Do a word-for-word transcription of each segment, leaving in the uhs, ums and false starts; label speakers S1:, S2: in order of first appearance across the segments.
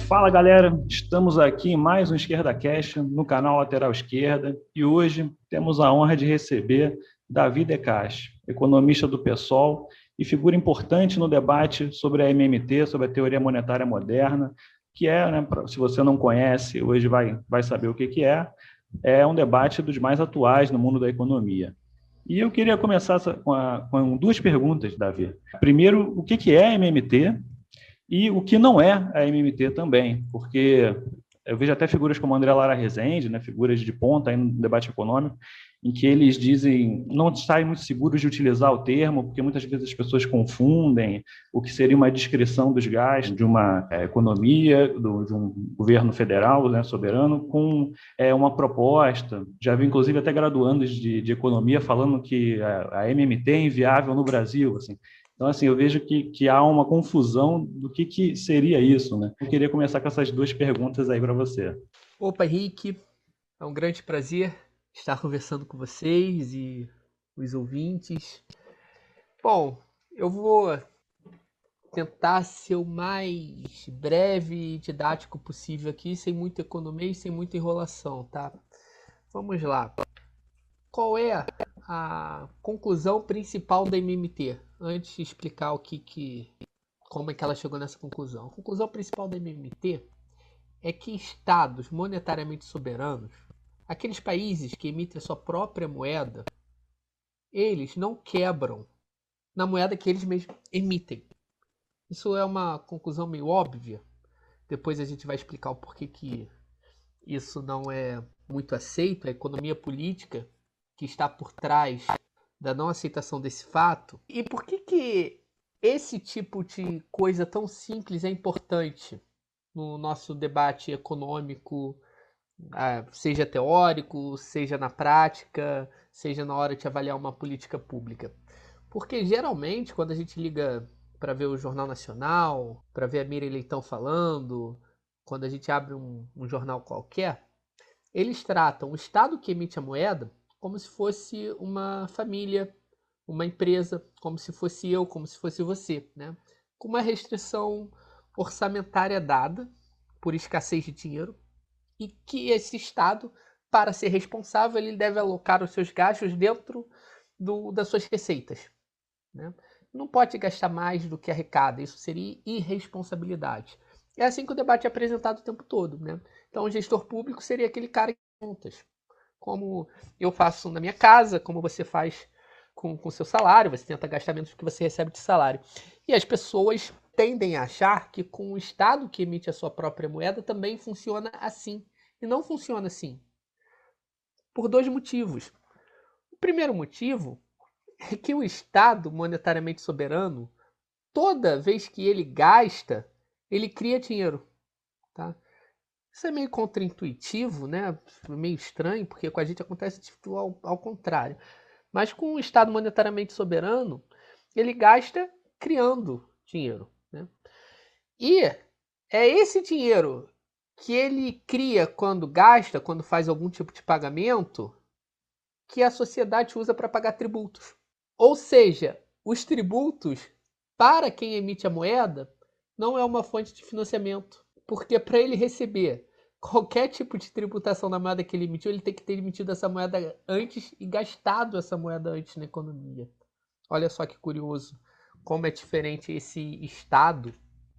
S1: Fala galera, estamos aqui em mais um Esquerda Cash no canal Lateral Esquerda e hoje temos a honra de receber Davi De Castro, economista do PSOL e figura importante no debate sobre a M M T, sobre a teoria monetária moderna, que é, né, se você não conhece, hoje vai, vai saber o que, que é, é um debate dos mais atuais no mundo da economia. E eu queria começar com, a, com duas perguntas, Davi. Primeiro, o que, que é a M M T? E o que não é a M M T também, porque eu vejo até figuras como André Lara Rezende, né, figuras de ponta aí no debate econômico, em que eles dizem, não saem muito seguros de utilizar o termo, porque muitas vezes as pessoas confundem o que seria uma descrição dos gastos de uma é, economia, do, de um governo federal, né, soberano, com é, uma proposta. Já vi, inclusive, até graduandos de, de economia falando que a, a M M T é inviável no Brasil, assim. Então, assim, eu vejo que, que há uma confusão do que, que seria isso, né? Eu queria começar com essas duas perguntas aí para você.
S2: Opa, Henrique, é um grande prazer estar conversando com vocês e os ouvintes. Bom, eu vou tentar ser o mais breve e didático possível aqui, sem muita economia e sem muita enrolação, tá? Vamos lá. Qual é a conclusão principal da M M T? Antes de explicar o que, que, como é que ela chegou nessa conclusão. A conclusão principal da M M T é que estados monetariamente soberanos, aqueles países que emitem a sua própria moeda, eles não quebram na moeda que eles mesmos emitem. Isso é uma conclusão meio óbvia. Depois a gente vai explicar o porquê que isso não é muito aceito, a economia política que está por trás da não aceitação desse fato. E por que que esse tipo de coisa tão simples é importante no nosso debate econômico, seja teórico, seja na prática, seja na hora de avaliar uma política pública? Porque geralmente, quando a gente liga para ver o Jornal Nacional, para ver a Miriam Leitão falando, quando a gente abre um, um jornal qualquer, eles tratam o Estado que emite a moeda como se fosse uma família, uma empresa, como se fosse eu, como se fosse você, né? Com uma restrição orçamentária dada por escassez de dinheiro, e que esse Estado, para ser responsável, ele deve alocar os seus gastos dentro do, das suas receitas, né? Não pode gastar mais do que arrecada, isso seria irresponsabilidade. É assim que o debate é apresentado o tempo todo, né? Então, o gestor público seria aquele cara que contas, como eu faço na minha casa, como você faz com o seu salário, você tenta gastar menos do que você recebe de salário. E as pessoas tendem a achar que com o Estado que emite a sua própria moeda também funciona assim. E não funciona assim. Por dois motivos. O primeiro motivo é que o Estado monetariamente soberano, toda vez que ele gasta, ele cria dinheiro. Tá? Isso é meio contraintuitivo, né? Meio estranho, porque com a gente acontece tipo, ao, ao contrário. Mas com o Estado monetariamente soberano, ele gasta criando dinheiro, né? E é esse dinheiro que ele cria quando gasta, quando faz algum tipo de pagamento, que a sociedade usa para pagar tributos. Ou seja, os tributos, para quem emite a moeda, não é uma fonte de financiamento. Porque para ele receber qualquer tipo de tributação na moeda que ele emitiu, ele tem que ter emitido essa moeda antes e gastado essa moeda antes na economia. Olha só que curioso como é diferente esse Estado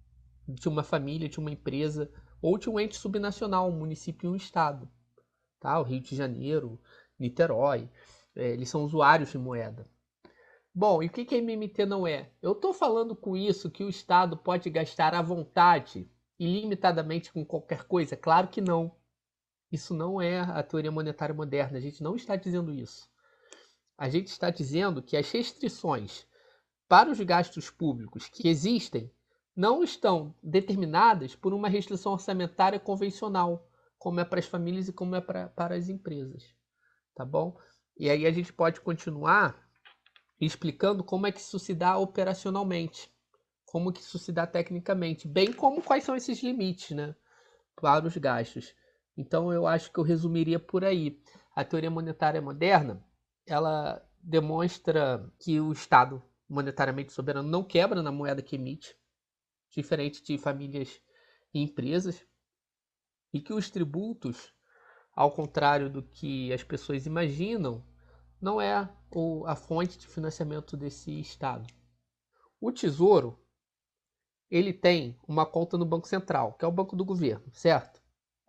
S2: de uma família, de uma empresa ou de um ente subnacional, um município e um estado. Tá? O Rio de Janeiro, Niterói, é, eles são usuários de moeda. Bom, e o que, que a M M T não é? Eu estou falando com isso que o Estado pode gastar à vontade, ilimitadamente com qualquer coisa? Claro que não. Isso não é a teoria monetária moderna. A gente não está dizendo isso. A gente está dizendo que as restrições para os gastos públicos que existem não estão determinadas por uma restrição orçamentária convencional, como é para as famílias e como é pra, para as empresas. Tá bom? E aí a gente pode continuar explicando como é que isso se dá operacionalmente, como que isso se dá tecnicamente, bem como quais são esses limites, né, para os gastos. Então eu acho que eu resumiria por aí. A teoria monetária moderna, ela demonstra que o Estado monetariamente soberano não quebra na moeda que emite, diferente de famílias e empresas, e que os tributos, ao contrário do que as pessoas imaginam, não é a fonte de financiamento desse Estado. O Tesouro, ele tem uma conta no Banco Central, que é o banco do governo, certo?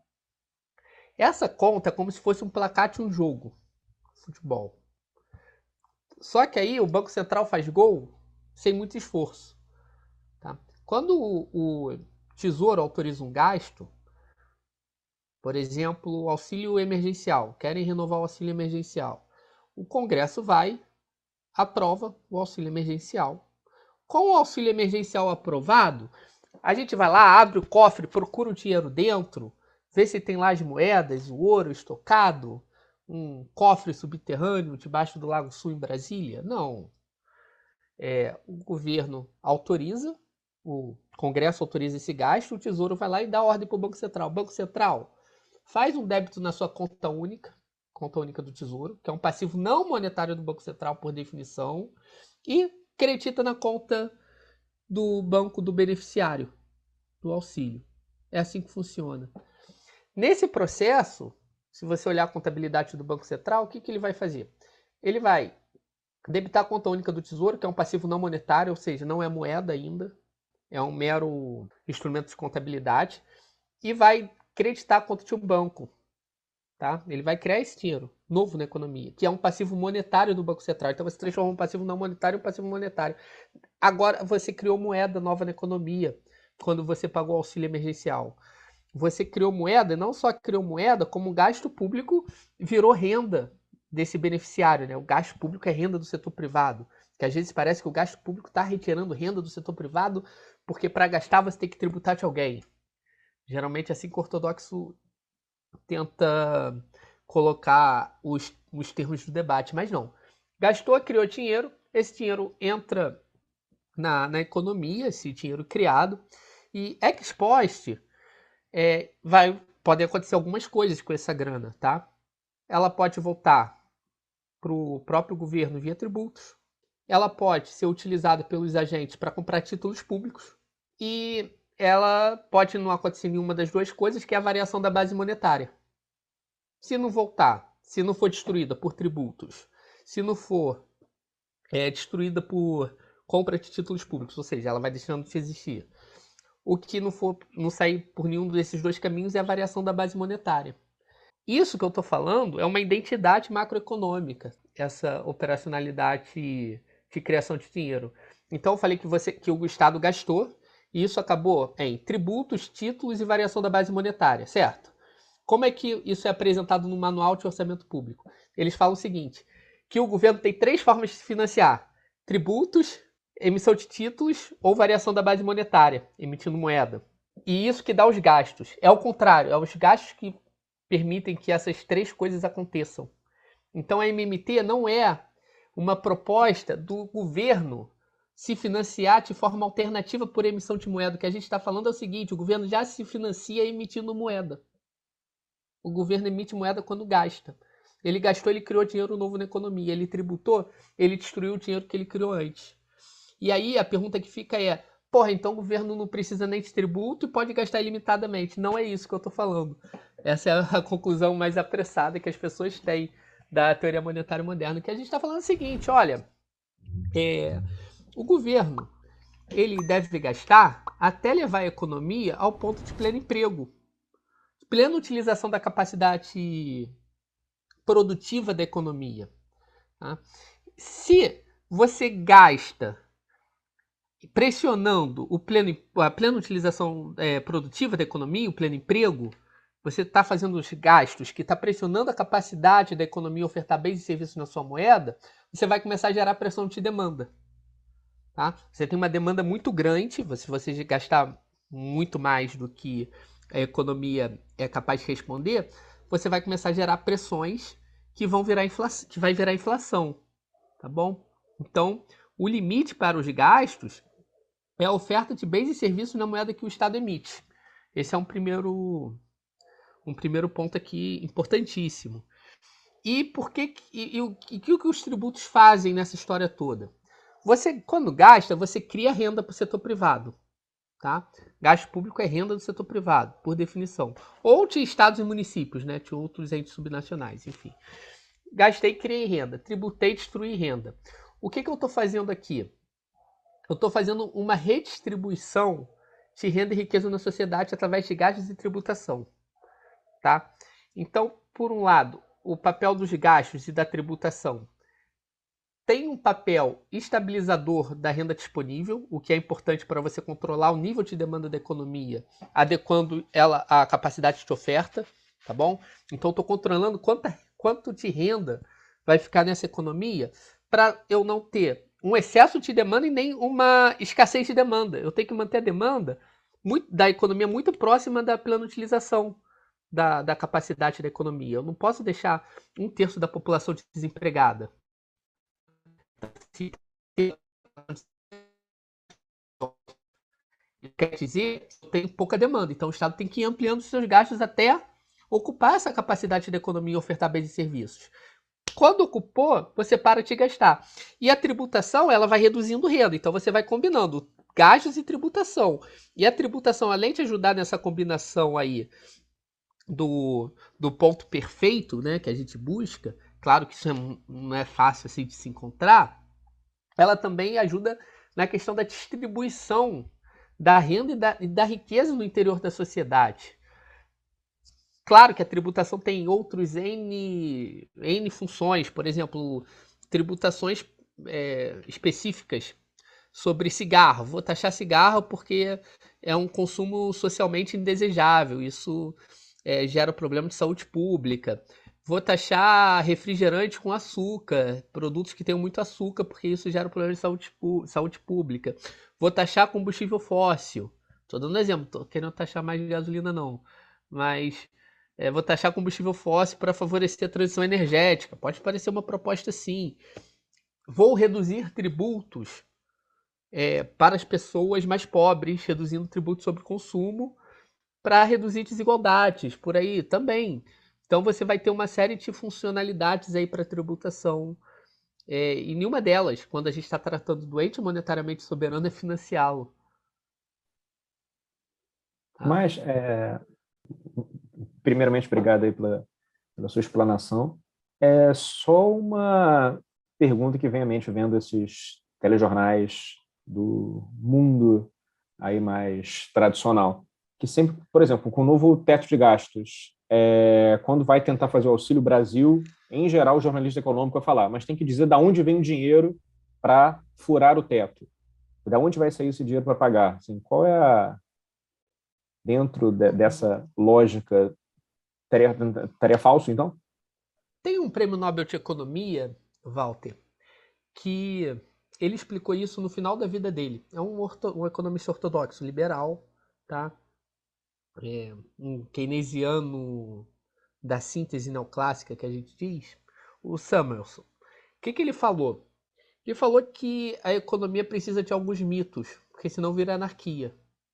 S2: Essa conta é como se fosse um placar de um jogo, futebol. Só que aí o Banco Central faz gol sem muito esforço. Tá? Quando o, o Tesouro autoriza um gasto, por exemplo, o auxílio emergencial, querem renovar o auxílio emergencial, o Congresso vai, aprova o auxílio emergencial. Com o auxílio emergencial aprovado, a gente vai lá, abre o cofre, procura o dinheiro dentro, vê se tem lá as moedas, o ouro estocado, um cofre subterrâneo debaixo do Lago Sul em Brasília. Não. É, o governo autoriza, o Congresso autoriza esse gasto, o Tesouro vai lá e dá ordem para o Banco Central. Banco Central, faz um débito na sua conta única, conta única do Tesouro, que é um passivo não monetário do Banco Central, por definição, e credita na conta do banco do beneficiário do auxílio. É assim que funciona. Nesse processo, se você olhar a contabilidade do Banco Central, o que, que ele vai fazer? Ele vai debitar a conta única do Tesouro, que é um passivo não monetário, ou seja, não é moeda ainda, é um mero instrumento de contabilidade, e vai creditar a conta de um banco. Tá? Ele vai criar esse dinheiro novo na economia, que é um passivo monetário do Banco Central. Então você transforma um passivo não monetário em um passivo monetário. Agora você criou moeda nova na economia, quando você pagou o auxílio emergencial. Você criou moeda, e não só criou moeda, como o gasto público virou renda desse beneficiário. Né? O gasto público é renda do setor privado. Que às vezes parece que o gasto público está retirando renda do setor privado, porque para gastar você tem que tributar de alguém. Geralmente é assim que o ortodoxo tenta colocar os, os termos do debate, mas não. Gastou, criou dinheiro, esse dinheiro entra na, na economia, esse dinheiro criado, e ex post, é, vai, podem acontecer algumas coisas com essa grana, tá? Ela pode voltar para o próprio governo via tributos, ela pode ser utilizada pelos agentes para comprar títulos públicos, e ela pode não acontecer nenhuma das duas coisas, que é a variação da base monetária. Se não voltar, se não for destruída por tributos, se não for é, destruída por compra de títulos públicos, ou seja, ela vai deixando de existir. O que não for não sair por nenhum desses dois caminhos é a variação da base monetária. Isso que eu estou falando é uma identidade macroeconômica, essa operacionalidade de criação de dinheiro. Então eu falei que, você, que o Estado gastou, e isso acabou em tributos, títulos e variação da base monetária, certo? Como é que isso é apresentado no Manual de Orçamento Público? Eles falam o seguinte, que o governo tem três formas de se financiar: tributos, emissão de títulos ou variação da base monetária, emitindo moeda. E isso que dá os gastos. É o contrário, é os gastos que permitem que essas três coisas aconteçam. Então a M M T não é uma proposta do governo se financiar de forma alternativa por emissão de moeda. O que a gente está falando é o seguinte, o governo já se financia emitindo moeda. O governo emite moeda quando gasta. Ele gastou, ele criou dinheiro novo na economia. Ele tributou, ele destruiu o dinheiro que ele criou antes. E aí a pergunta que fica é, porra, então o governo não precisa nem de tributo e pode gastar ilimitadamente. Não é isso que eu estou falando. Essa é a conclusão mais apressada que as pessoas têm da teoria monetária moderna. Que a gente está falando o seguinte, olha, é, o governo ele deve gastar até levar a economia ao ponto de pleno emprego. Plena utilização da capacidade produtiva da economia. Tá? Se você gasta pressionando o pleno, a plena utilização é, produtiva da economia, o pleno emprego, você está fazendo os gastos que está pressionando a capacidade da economia ofertar bens e serviços na sua moeda, você vai começar a gerar pressão de demanda. Tá? Você tem uma demanda muito grande, se você gastar muito mais do que a economia é capaz de responder, você vai começar a gerar pressões que vão virar inflação, que vai virar inflação, tá bom? Então, o limite para os gastos é a oferta de bens e serviços na moeda que o Estado emite. Esse é um primeiro, um primeiro ponto aqui importantíssimo. E por que e, e, o que, que os tributos fazem nessa história toda? Você, quando gasta, você cria renda para o setor privado. tá? Gasto público é renda do setor privado, por definição. Ou de estados e municípios, né? De outros entes subnacionais, enfim. Gastei, criei renda. Tributei, destruí renda. O que, que eu estou fazendo aqui? Eu estou fazendo uma redistribuição de renda e riqueza na sociedade através de gastos e tributação, tá? Então, por um lado, o papel dos gastos e da tributação tem um papel estabilizador da renda disponível, o que é importante para você controlar o nível de demanda da economia, adequando ela à capacidade de oferta, tá bom? Então, estou controlando quanta, quanto de renda vai ficar nessa economia para eu não ter um excesso de demanda e nem uma escassez de demanda. Eu tenho que manter a demanda muito, da economia muito próxima da plena utilização da, da capacidade da economia. Eu não posso deixar um terço da população desempregada. Quer dizer, tem pouca demanda. Então, o Estado tem que ir ampliando os seus gastos até ocupar essa capacidade da economia e ofertar bens e serviços. Quando ocupou, você para de gastar. E a tributação, ela vai reduzindo renda. Então, você vai combinando gastos e tributação. E a tributação, além de ajudar nessa combinação aí do, do ponto perfeito, né, que a gente busca, claro que isso é, não é fácil assim de se encontrar, ela também ajuda na questão da distribuição da renda e da, e da riqueza no interior da sociedade. Claro que a tributação tem outros N, N funções, por exemplo, tributações é, específicas sobre cigarro. Vou taxar cigarro porque é um consumo socialmente indesejável, isso é, gera problema de saúde pública. Vou taxar refrigerante com açúcar, produtos que tenham muito açúcar, porque isso gera problema de saúde, saúde pública. Vou taxar combustível fóssil. Estou dando um exemplo, estou querendo taxar mais de gasolina não. Mas é, vou taxar combustível fóssil para favorecer a transição energética. Pode parecer uma proposta sim. Vou reduzir tributos é, para as pessoas mais pobres, reduzindo tributos sobre consumo para reduzir desigualdades, por aí também. Então você vai ter uma série de funcionalidades aí para tributação. É, e nenhuma delas, quando a gente está tratando do ente monetariamente soberano, é financiá-lo. Tá?
S3: Mas, é, primeiramente, obrigado aí pela, pela sua explanação. É só uma pergunta que vem à mente vendo esses telejornais do mundo aí mais tradicional, que sempre, por exemplo, com o novo teto de gastos, é, quando vai tentar fazer o Auxílio Brasil, em geral o jornalista econômico vai falar, mas tem que dizer de onde vem o dinheiro para furar o teto. De onde vai sair esse dinheiro para pagar? Assim, qual é a... Dentro de, dessa lógica, teria, teria falso, então?
S2: Tem um prêmio Nobel de Economia, Walter, que ele explicou isso no final da vida dele. É um, orto, um economista ortodoxo, liberal, tá? É, um keynesiano da síntese neoclássica que a gente diz, o Samuelson. O que, que ele falou? Ele falou que a economia precisa de alguns mitos, porque senão vira anarquia.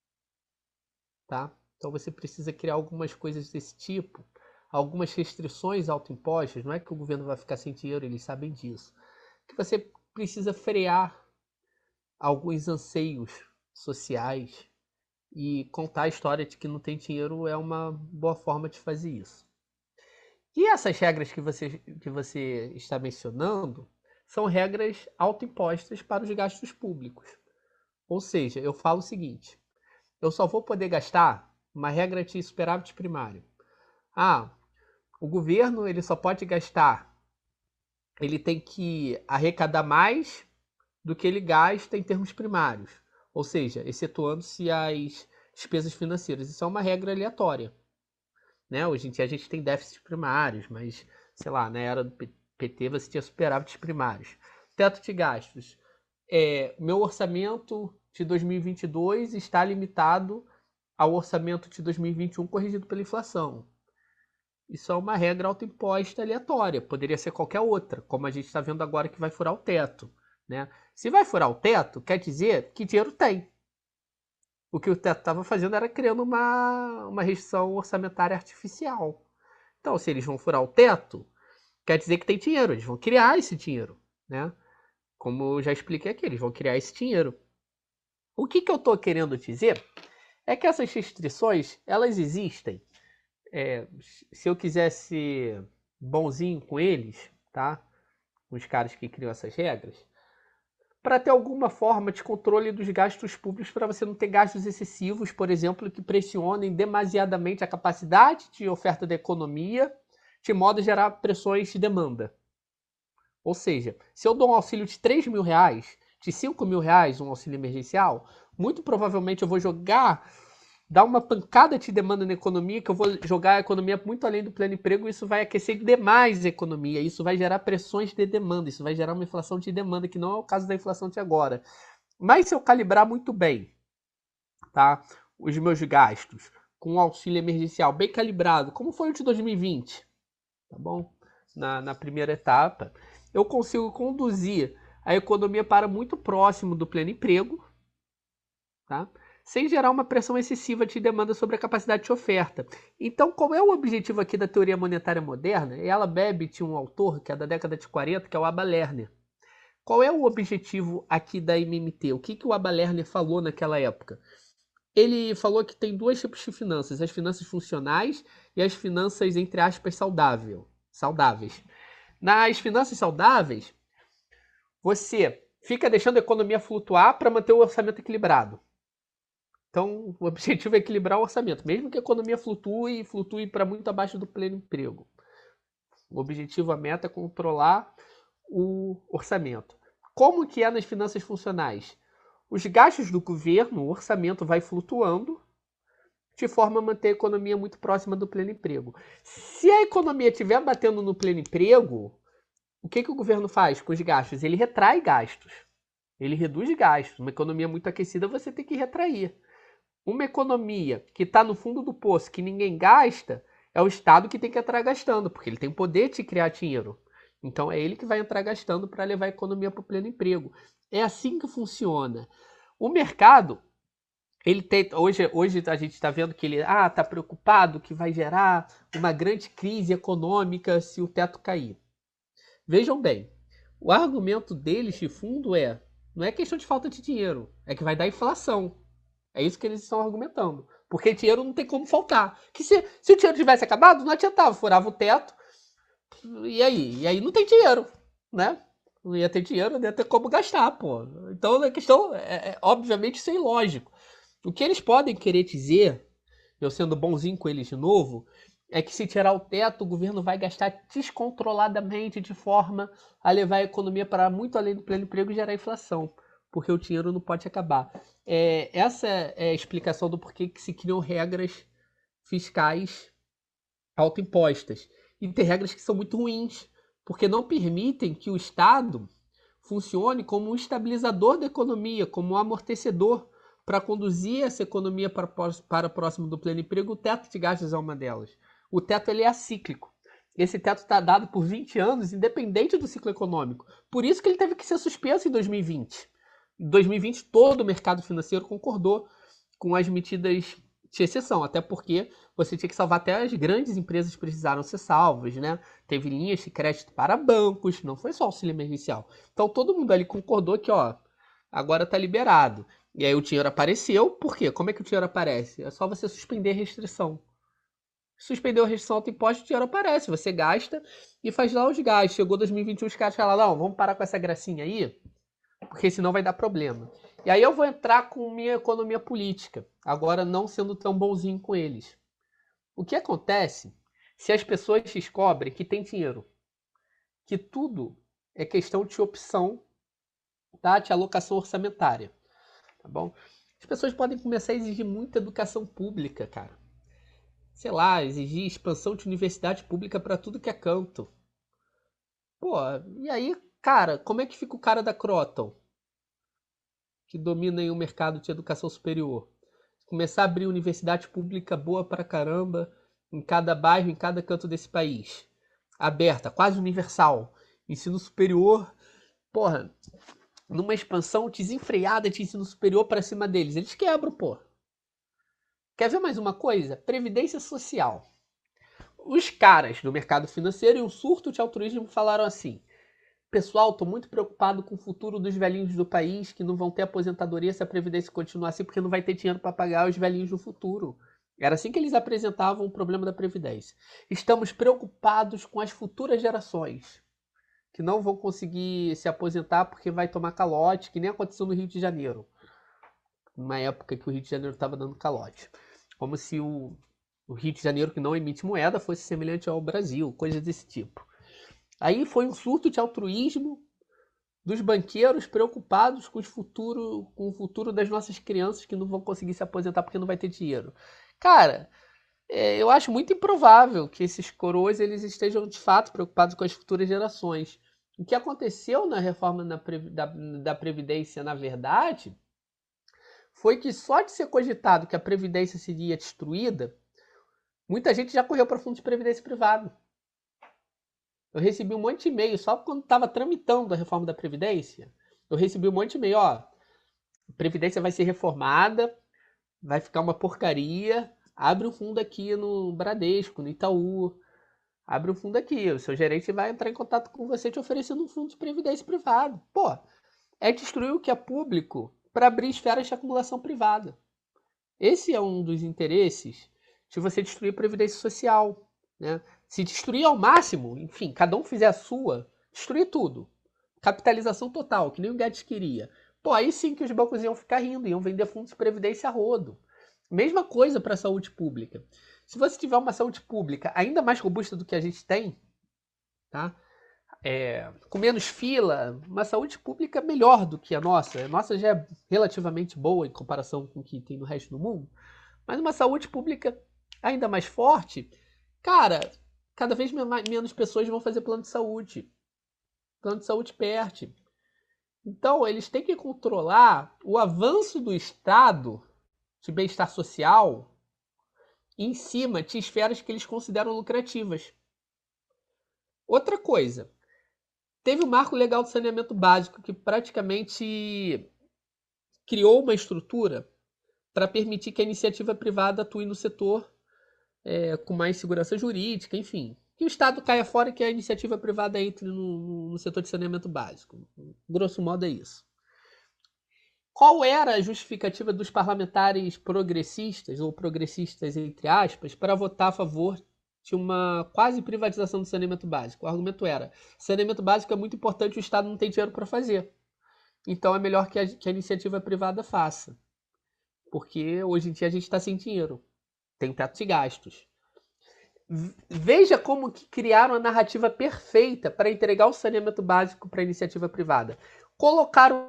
S2: Tá? Então você precisa criar algumas coisas desse tipo, algumas restrições autoimpostas, não é que o governo vai ficar sem dinheiro, eles sabem disso. Que você precisa frear alguns anseios sociais e contar a história de que não tem dinheiro é uma boa forma de fazer isso. E essas regras que você, que você está mencionando são regras autoimpostas para os gastos públicos. Ou seja, eu falo o seguinte, eu só vou poder gastar uma regra de superávit primário. Ah, o governo ele só pode gastar, ele tem que arrecadar mais do que ele gasta em termos primários. Ou seja, excetuando-se as despesas financeiras. Isso é uma regra aleatória. Né? Hoje em dia a gente tem déficits primários, mas, sei lá, na era do P T você tinha superávites primários. Teto de gastos. É, meu orçamento de dois mil e vinte e dois está limitado ao orçamento de dois mil e vinte e um corrigido pela inflação. Isso é uma regra autoimposta aleatória. Poderia ser qualquer outra, como a gente está vendo agora que vai furar o teto. Né? Se vai furar o teto, quer dizer que dinheiro tem. O que o teto estava fazendo era criando uma, uma restrição orçamentária artificial. Então, se eles vão furar o teto, quer dizer que tem dinheiro. Eles vão criar esse dinheiro. Né? Como eu já expliquei aqui, eles vão criar esse dinheiro. O que, que eu estou querendo dizer é que essas restrições, elas existem. É, se eu quisesse ser bonzinho com eles, tá? Com os caras que criam essas regras, para ter alguma forma de controle dos gastos públicos, para você não ter gastos excessivos, por exemplo, que pressionem demasiadamente a capacidade de oferta da economia, de modo a gerar pressões de demanda. Ou seja, se eu dou um auxílio de três mil reais, de cinco mil reais, um auxílio emergencial, muito provavelmente eu vou jogar, dar uma pancada de demanda na economia, que eu vou jogar a economia muito além do pleno emprego, e isso vai aquecer demais a economia, isso vai gerar pressões de demanda, isso vai gerar uma inflação de demanda, que não é o caso da inflação de agora. Mas se eu calibrar muito bem, tá, os meus gastos com um auxílio emergencial bem calibrado, como foi o de dois mil e vinte, tá bom? Na, na primeira etapa, eu consigo conduzir a economia para muito próximo do pleno emprego, tá? Sem gerar uma pressão excessiva de demanda sobre a capacidade de oferta. Então, qual é o objetivo aqui da teoria monetária moderna? Ela bebe de um autor que é da década de quarenta, que é o Abba Lerner. Qual é o objetivo aqui da M M T? O que, que o Abba Lerner falou naquela época? Ele falou que tem dois tipos de finanças, as finanças funcionais e as finanças, entre aspas, saudável, saudáveis. Nas finanças saudáveis, você fica deixando a economia flutuar para manter o orçamento equilibrado. Então, o objetivo é equilibrar o orçamento, mesmo que a economia flutue e flutue para muito abaixo do pleno emprego. O objetivo, a meta é controlar o orçamento. Como que é nas finanças funcionais? Os gastos do governo, o orçamento vai flutuando de forma a manter a economia muito próxima do pleno emprego. Se a economia estiver batendo no pleno emprego, o que, que o governo faz com os gastos? Ele retrai gastos. Ele reduz gastos. Uma economia muito aquecida, você tem que retrair. Uma economia que está no fundo do poço, que ninguém gasta, é o Estado que tem que entrar gastando, porque ele tem poder de criar dinheiro. Então é ele que vai entrar gastando para levar a economia para o pleno emprego. É assim que funciona. O mercado, ele tem, hoje, hoje a gente está vendo que ele ah, está preocupado que vai gerar uma grande crise econômica se o teto cair. Vejam bem, o argumento deles de fundo é, não é questão de falta de dinheiro, é que vai dar inflação. É isso que eles estão argumentando. Porque dinheiro não tem como faltar. Que se, se o dinheiro tivesse acabado, não adiantava, furava o teto. E aí? E aí não tem dinheiro, né? Não ia ter dinheiro, não ia ter como gastar, pô. Então a questão é, é obviamente, isso é ilógico. O que eles podem querer dizer, eu sendo bonzinho com eles de novo, é que se tirar o teto, o governo vai gastar descontroladamente de forma a levar a economia para muito além do pleno emprego e gerar inflação. Porque o dinheiro não pode acabar. É, essa é a explicação do porquê que se criam regras fiscais autoimpostas. E tem regras que são muito ruins, porque não permitem que o Estado funcione como um estabilizador da economia, como um amortecedor para conduzir essa economia para, para próximo do pleno emprego. O teto de gastos é uma delas. O teto ele é acíclico. Esse teto está dado por vinte anos, independente do ciclo econômico. Por isso que ele teve que ser suspenso em dois mil e vinte. Em dois mil e vinte, todo o mercado financeiro concordou com as medidas de exceção, até porque você tinha que salvar, até as grandes empresas precisaram ser salvas, né? Teve linhas de crédito para bancos, não foi só auxílio emergencial. Então todo mundo ali concordou que, ó, agora está liberado. E aí o dinheiro apareceu, por quê? Como é que o dinheiro aparece? É só você suspender a restrição. Suspendeu a restrição autoimposta, o dinheiro aparece, você gasta e faz lá os gastos. Chegou dois mil e vinte e um, os caras falaram, não, vamos parar com essa gracinha aí, porque senão vai dar problema. E aí eu vou entrar com minha economia política, agora não sendo tão bonzinho com eles. O que acontece se as pessoas descobrem que tem dinheiro? Que tudo é questão de opção, tá? De alocação orçamentária, tá bom? As pessoas podem começar a exigir muita educação pública, cara. Sei lá, exigir expansão de universidade pública para tudo que é canto. Pô, e aí, cara, como é que fica o cara da Croton, que domina aí o mercado de educação superior? Começar a abrir universidade pública boa pra caramba em cada bairro, em cada canto desse país. Aberta, quase universal. Ensino superior, porra, numa expansão desenfreada de ensino superior para cima deles. Eles quebram, pô. Quer ver mais uma coisa? Previdência social. Os caras do mercado financeiro e um surto de altruísmo falaram assim, Pessoal, estou muito preocupado com o futuro dos velhinhos do país que não vão ter aposentadoria se a Previdência continuar assim, porque não vai ter dinheiro para pagar os velhinhos do futuro. Era assim que eles apresentavam o problema da Previdência. Estamos preocupados com as futuras gerações, que não vão conseguir se aposentar porque vai tomar calote, que nem aconteceu no Rio de Janeiro. Numa época que o Rio de Janeiro estava dando calote. Como se o, o Rio de Janeiro, que não emite moeda, fosse semelhante ao Brasil, coisas desse tipo. Aí foi um surto de altruísmo dos banqueiros preocupados com, os futuro, com o futuro das nossas crianças que não vão conseguir se aposentar porque não vai ter dinheiro. Cara, é, eu acho muito improvável que esses coroas eles estejam de fato preocupados com as futuras gerações. O que aconteceu na reforma na, da, da Previdência, na verdade, foi que só de ser cogitado que a Previdência seria destruída, muita gente já correu para fundo de Previdência privado. Eu recebi um monte de e-mail, só quando estava tramitando a reforma da Previdência, eu recebi um monte de e-mail, ó, a Previdência vai ser reformada, vai ficar uma porcaria, abre um fundo aqui no Bradesco, no Itaú, abre um fundo aqui, o seu gerente vai entrar em contato com você te oferecendo um fundo de Previdência privado. Pô, é destruir o que é público para abrir esferas de acumulação privada. Esse é um dos interesses de você destruir a Previdência Social, né? Se destruir ao máximo, enfim, cada um fizer a sua, destruir tudo. Capitalização total, que nem o Guedes queria. Pô, aí sim que os bancos iam ficar rindo, iam vender fundos de previdência a rodo. Mesma coisa para a saúde pública. Se você tiver uma saúde pública ainda mais robusta do que a gente tem, tá? É, com menos fila, uma saúde pública melhor do que a nossa. A nossa já é relativamente boa em comparação com o que tem no resto do mundo. Mas uma saúde pública ainda mais forte, cara, cada vez menos pessoas vão fazer plano de saúde. Plano de saúde perde. Então, eles têm que controlar o avanço do Estado de bem-estar social em cima de esferas que eles consideram lucrativas. Outra coisa, teve o Marco Legal do Saneamento Básico, que praticamente criou uma estrutura para permitir que a iniciativa privada atue no setor é, com mais segurança jurídica, enfim. Que o Estado caia fora e que a iniciativa privada entre no, no setor de saneamento básico. Grosso modo é isso. Qual era a justificativa dos parlamentares progressistas, ou progressistas entre aspas, para votar a favor de uma quase privatização do saneamento básico? O argumento era, saneamento básico é muito importante e o Estado não tem dinheiro para fazer. Então é melhor que a, que a iniciativa privada faça. Porque hoje em dia a gente está sem dinheiro. Tem teto de gastos. Veja como que criaram a narrativa perfeita para entregar o saneamento básico para a iniciativa privada. Colocaram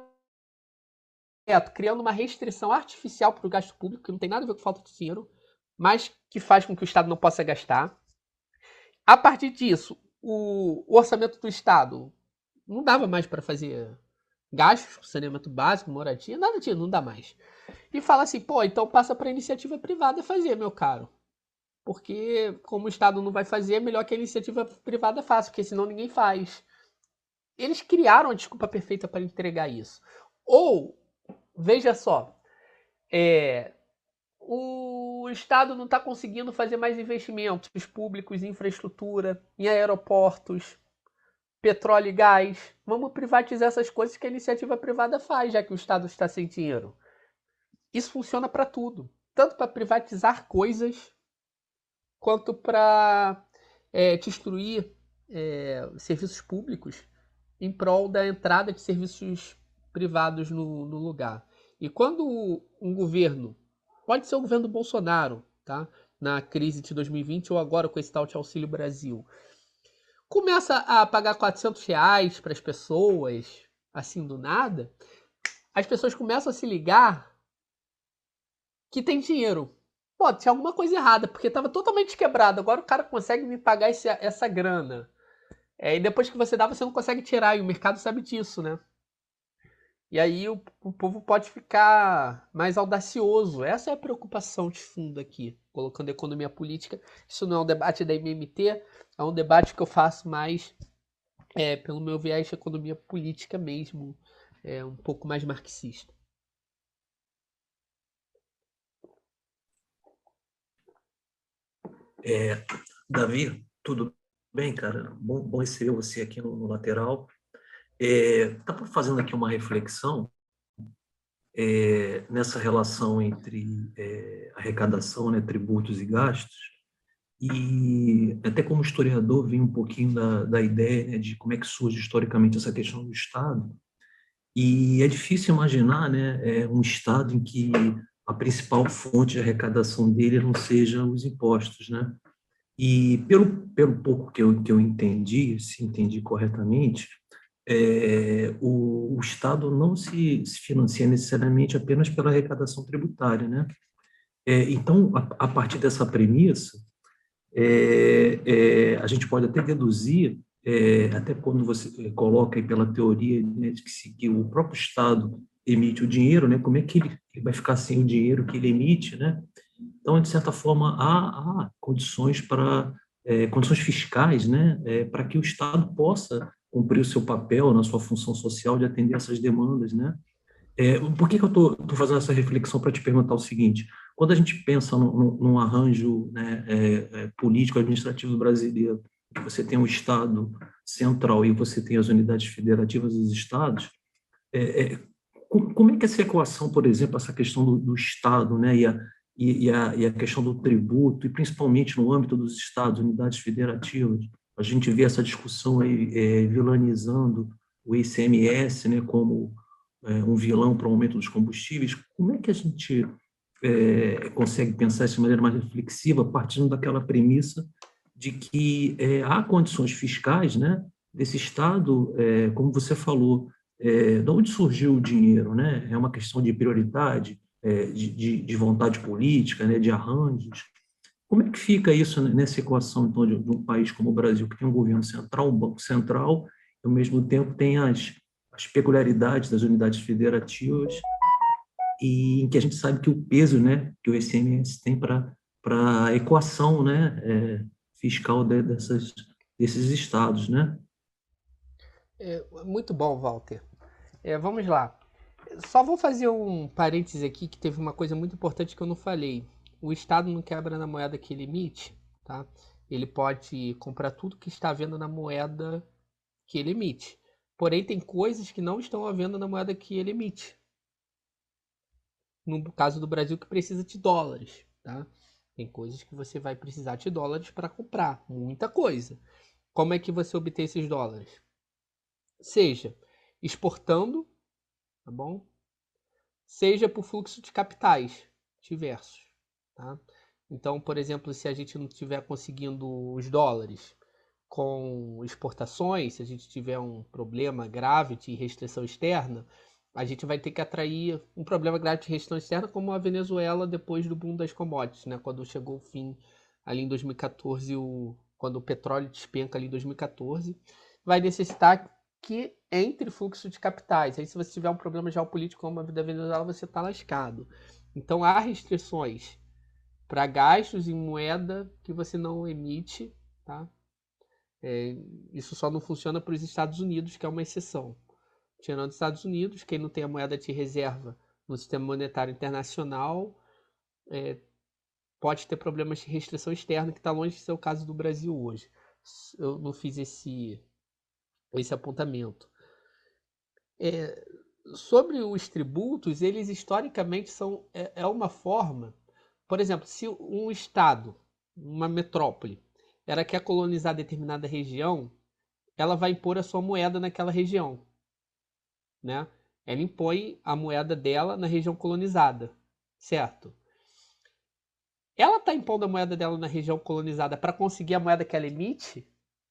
S2: criando uma restrição artificial para o gasto público, que não tem nada a ver com falta de dinheiro, mas que faz com que o Estado não possa gastar. A partir disso, o, o orçamento do Estado não dava mais para fazer gastos, saneamento básico, moradia, nada disso, não dá mais. E fala assim, pô, então passa para a iniciativa privada fazer, meu caro. Porque como o Estado não vai fazer, é melhor que a iniciativa privada faça, porque senão ninguém faz. Eles criaram a desculpa perfeita para entregar isso. Ou, veja só, é, o Estado não está conseguindo fazer mais investimentos públicos em infraestrutura, em aeroportos, petróleo e gás. Vamos privatizar essas coisas que a iniciativa privada faz, já que o Estado está sem dinheiro. Isso funciona para tudo. Tanto para privatizar coisas, quanto para é, destruir é, serviços públicos em prol da entrada de serviços privados no, no lugar. E quando um governo, pode ser o governo do Bolsonaro, tá? Na crise de dois mil e vinte ou agora com esse tal de Auxílio Brasil, começa a pagar quatrocentos reais para as pessoas, assim do nada, as pessoas começam a se ligar que tem dinheiro. Pô, tinha alguma coisa errada, porque estava totalmente quebrado. Agora o cara consegue me pagar esse, essa grana. É, e depois que você dá, você não consegue tirar. E o mercado sabe disso, né? E aí o, o povo pode ficar mais audacioso. Essa é a preocupação de fundo aqui, colocando economia política. Isso não é um debate da M M T, é um debate que eu faço mais é, pelo meu viés de economia política mesmo, é, um pouco mais marxista.
S4: É, Davi, tudo bem, cara? Bom, bom receber você aqui no, no lateral. Estava fazendo aqui uma reflexão é, nessa relação entre é, arrecadação, né, tributos e gastos, e até como historiador vem um pouquinho da, da ideia, né, de como é que surge historicamente essa questão do Estado, e é difícil imaginar, né, é, um Estado em que a principal fonte de arrecadação dele não seja os impostos, né? E pelo, pelo pouco que eu, que eu entendi, se entendi corretamente, é, o, o Estado não se, se financia necessariamente apenas pela arrecadação tributária, né? É, então, a, a partir dessa premissa, é, é, a gente pode até deduzir, é, até quando você coloca aí pela teoria, né, de que, se, que o próprio Estado emite o dinheiro, né? Como é que ele, ele vai ficar sem o dinheiro que ele emite, né? Então, de certa forma, há, há condições para é, condições fiscais, né, é, para que o Estado possa cumprir o seu papel na sua função social de atender essas demandas, né? É, por que, que eu estou fazendo essa reflexão para te perguntar o seguinte? Quando a gente pensa num, num- num arranjo, né, é, é, político administrativo brasileiro, que você tem um Estado central e você tem as unidades federativas dos estados, é, é, co- como é que essa equação, por exemplo, essa questão do, do Estado, né, e a, e, e a, e a questão do tributo, e principalmente no âmbito dos estados, unidades federativas, a gente vê essa discussão aí, é, vilanizando o I C M S, né, como é, um vilão para o aumento dos combustíveis. Como é que a gente é, consegue pensar isso de maneira mais reflexiva, partindo daquela premissa de que é, há condições fiscais, né, desse Estado, é, como você falou, é, de onde surgiu o dinheiro, né? É uma questão de prioridade, é, de, de, de vontade política, né? De arranjos. Como é que fica isso nessa equação, então, de, de um país como o Brasil, que tem um governo central, um banco central, e, ao mesmo tempo, tem as, as peculiaridades das unidades federativas, e em que a gente sabe que o peso, né, que o I C M S tem para para a equação, né, é, fiscal de, dessas, desses estados, né?
S2: É, muito bom, Walter. É, vamos lá. Só vou fazer um parêntese aqui que teve uma coisa muito importante que eu não falei. O Estado não quebra na moeda que ele emite, tá? Ele pode comprar tudo que está à venda na moeda que ele emite. Porém, tem coisas que não estão à venda na moeda que ele emite. No caso do Brasil, que precisa de dólares, tá? Tem coisas que você vai precisar de dólares para comprar, muita coisa. Como é que você obtém esses dólares? Seja exportando, tá bom? Seja por fluxo de capitais diversos, tá? Então, por exemplo, se a gente não estiver conseguindo os dólares com exportações, se a gente tiver um problema grave de restrição externa, a gente vai ter que atrair um problema grave de restrição externa, como a Venezuela depois do boom das commodities, né? Quando chegou o fim ali em dois mil e quatorze, o, quando o petróleo despenca ali em dois mil e quatorze, vai necessitar que entre fluxo de capitais. Aí, se você tiver um problema geopolítico como a da Venezuela, você está lascado. Então, há restrições para gastos em moeda que você não emite, tá? É, isso só não funciona para os Estados Unidos, que é uma exceção. Tirando os Estados Unidos, quem não tem a moeda de reserva no sistema monetário internacional é, pode ter problemas de restrição externa, que está longe de ser o caso do Brasil hoje. Eu não fiz esse, esse apontamento. É, sobre os tributos, eles historicamente são é, é uma forma, por exemplo, se um estado, uma metrópole, ela quer colonizar determinada região, ela vai impor a sua moeda naquela região, né? Ela impõe a moeda dela na região colonizada, certo? Ela está impondo a moeda dela na região colonizada para conseguir a moeda que ela emite?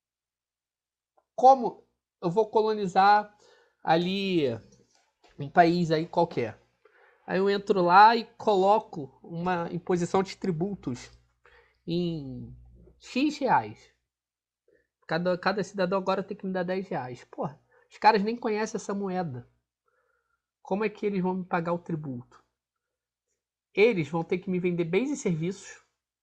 S2: Como eu vou colonizar ali um país aí qualquer? Aí eu entro lá e coloco uma imposição de tributos em X reais. Cada, cada cidadão agora tem que me dar dez reais. Porra, os caras nem conhecem essa moeda. Como é que eles vão me pagar o tributo? Eles vão ter que me vender bens e serviços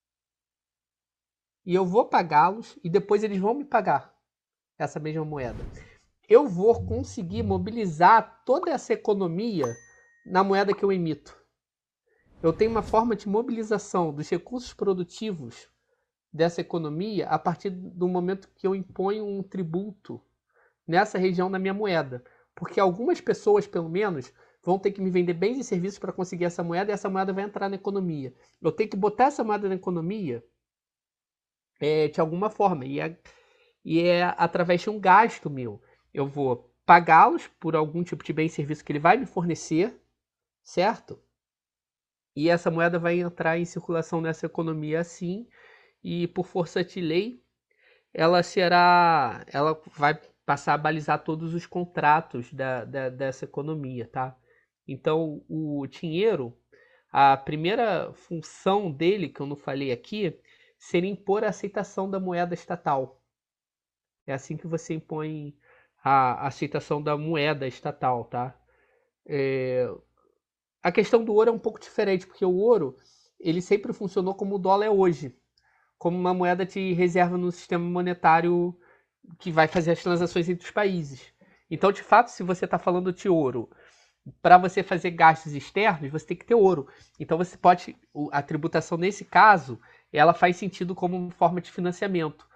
S2: e eu vou pagá-los e depois eles vão me pagar essa mesma moeda. Eu vou conseguir mobilizar toda essa economia na moeda que eu emito. Eu tenho uma forma de mobilização dos recursos produtivos dessa economia a partir do momento que eu imponho um tributo nessa região na minha moeda. Porque algumas pessoas, pelo menos, vão ter que me vender bens e serviços para conseguir essa moeda e essa moeda vai entrar na economia. Eu tenho que botar essa moeda na economia é, de alguma forma. E é, e é através de um gasto meu. Eu vou pagá-los por algum tipo de bem e serviço que ele vai me fornecer, certo? E essa moeda vai entrar em circulação nessa economia assim, e por força de lei, ela será, ela vai passar a balizar todos os contratos da, da, dessa economia, tá? Então, o dinheiro, a primeira função dele, que eu não falei aqui, seria impor a aceitação da moeda estatal. É assim que você impõe a aceitação da moeda estatal, tá? É... A questão do ouro é um pouco diferente, porque o ouro, ele sempre funcionou como o dólar é hoje, como uma moeda de reserva no sistema monetário que vai fazer as transações entre os países. Então, de fato, se você está falando de ouro, para você fazer gastos externos, você tem que ter ouro. Então, você pode, a tributação nesse caso, ela faz sentido como forma de financiamento.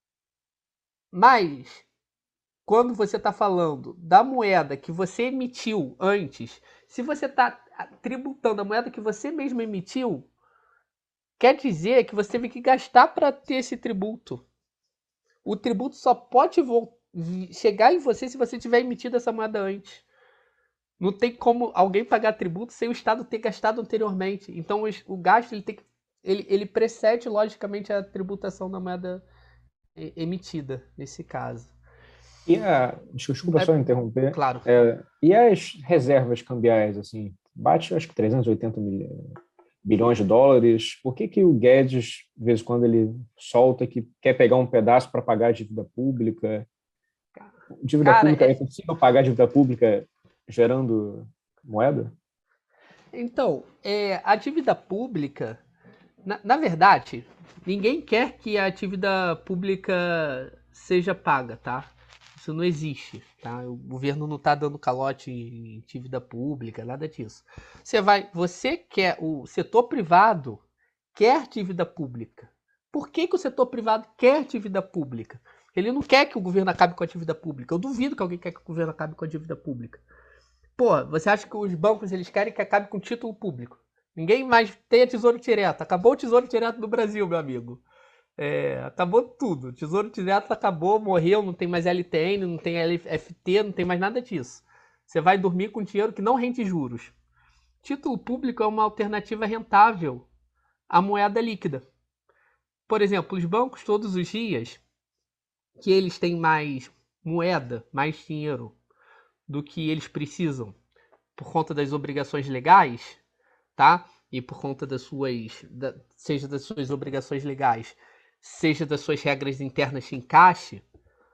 S2: Mas, quando você está falando da moeda que você emitiu antes, se você está tributando a moeda que você mesmo emitiu, quer dizer que você teve que gastar para ter esse tributo. O tributo só pode chegar em você se você tiver emitido essa moeda antes. Não tem como alguém pagar tributo sem o Estado ter gastado anteriormente. Então o gasto ele, tem que, ele, ele precede logicamente a tributação da moeda emitida, nesse caso.
S3: E a, desculpa
S2: é,
S3: só interromper.
S2: Claro.
S3: É, e as reservas cambiais, assim, bate acho que trezentos e oitenta milhões. bilhões de dólares, por que que o Guedes, de vez em quando, ele solta que quer pegar um pedaço para pagar a dívida pública? Dívida
S2: Cara,
S3: pública,
S2: é...
S3: é possível pagar a dívida pública gerando moeda?
S2: Então, é, a dívida pública, na, na verdade, ninguém quer que a dívida pública seja paga, tá? Isso não existe, tá? O governo não está dando calote em dívida pública, nada disso. Você vai, você quer, o setor privado quer dívida pública. Por que que o setor privado quer dívida pública? Ele não quer que o governo acabe com a dívida pública. Eu duvido que alguém quer que o governo acabe com a dívida pública. Pô, você acha que os bancos eles querem que acabe com o título público? Ninguém mais tem tesouro direto. Acabou o tesouro direto no Brasil, meu amigo. É, acabou tudo. O tesouro direto acabou, morreu, não tem mais L T N, não tem L F T, não tem mais nada disso. Você vai dormir com dinheiro que não rende juros. Título público é uma alternativa rentável à moeda líquida. Por exemplo, os bancos todos os dias que eles têm mais moeda, mais dinheiro do que eles precisam por conta das obrigações legais, tá? E por conta das suas, da, seja das suas obrigações legais, seja das suas regras internas de encaixe,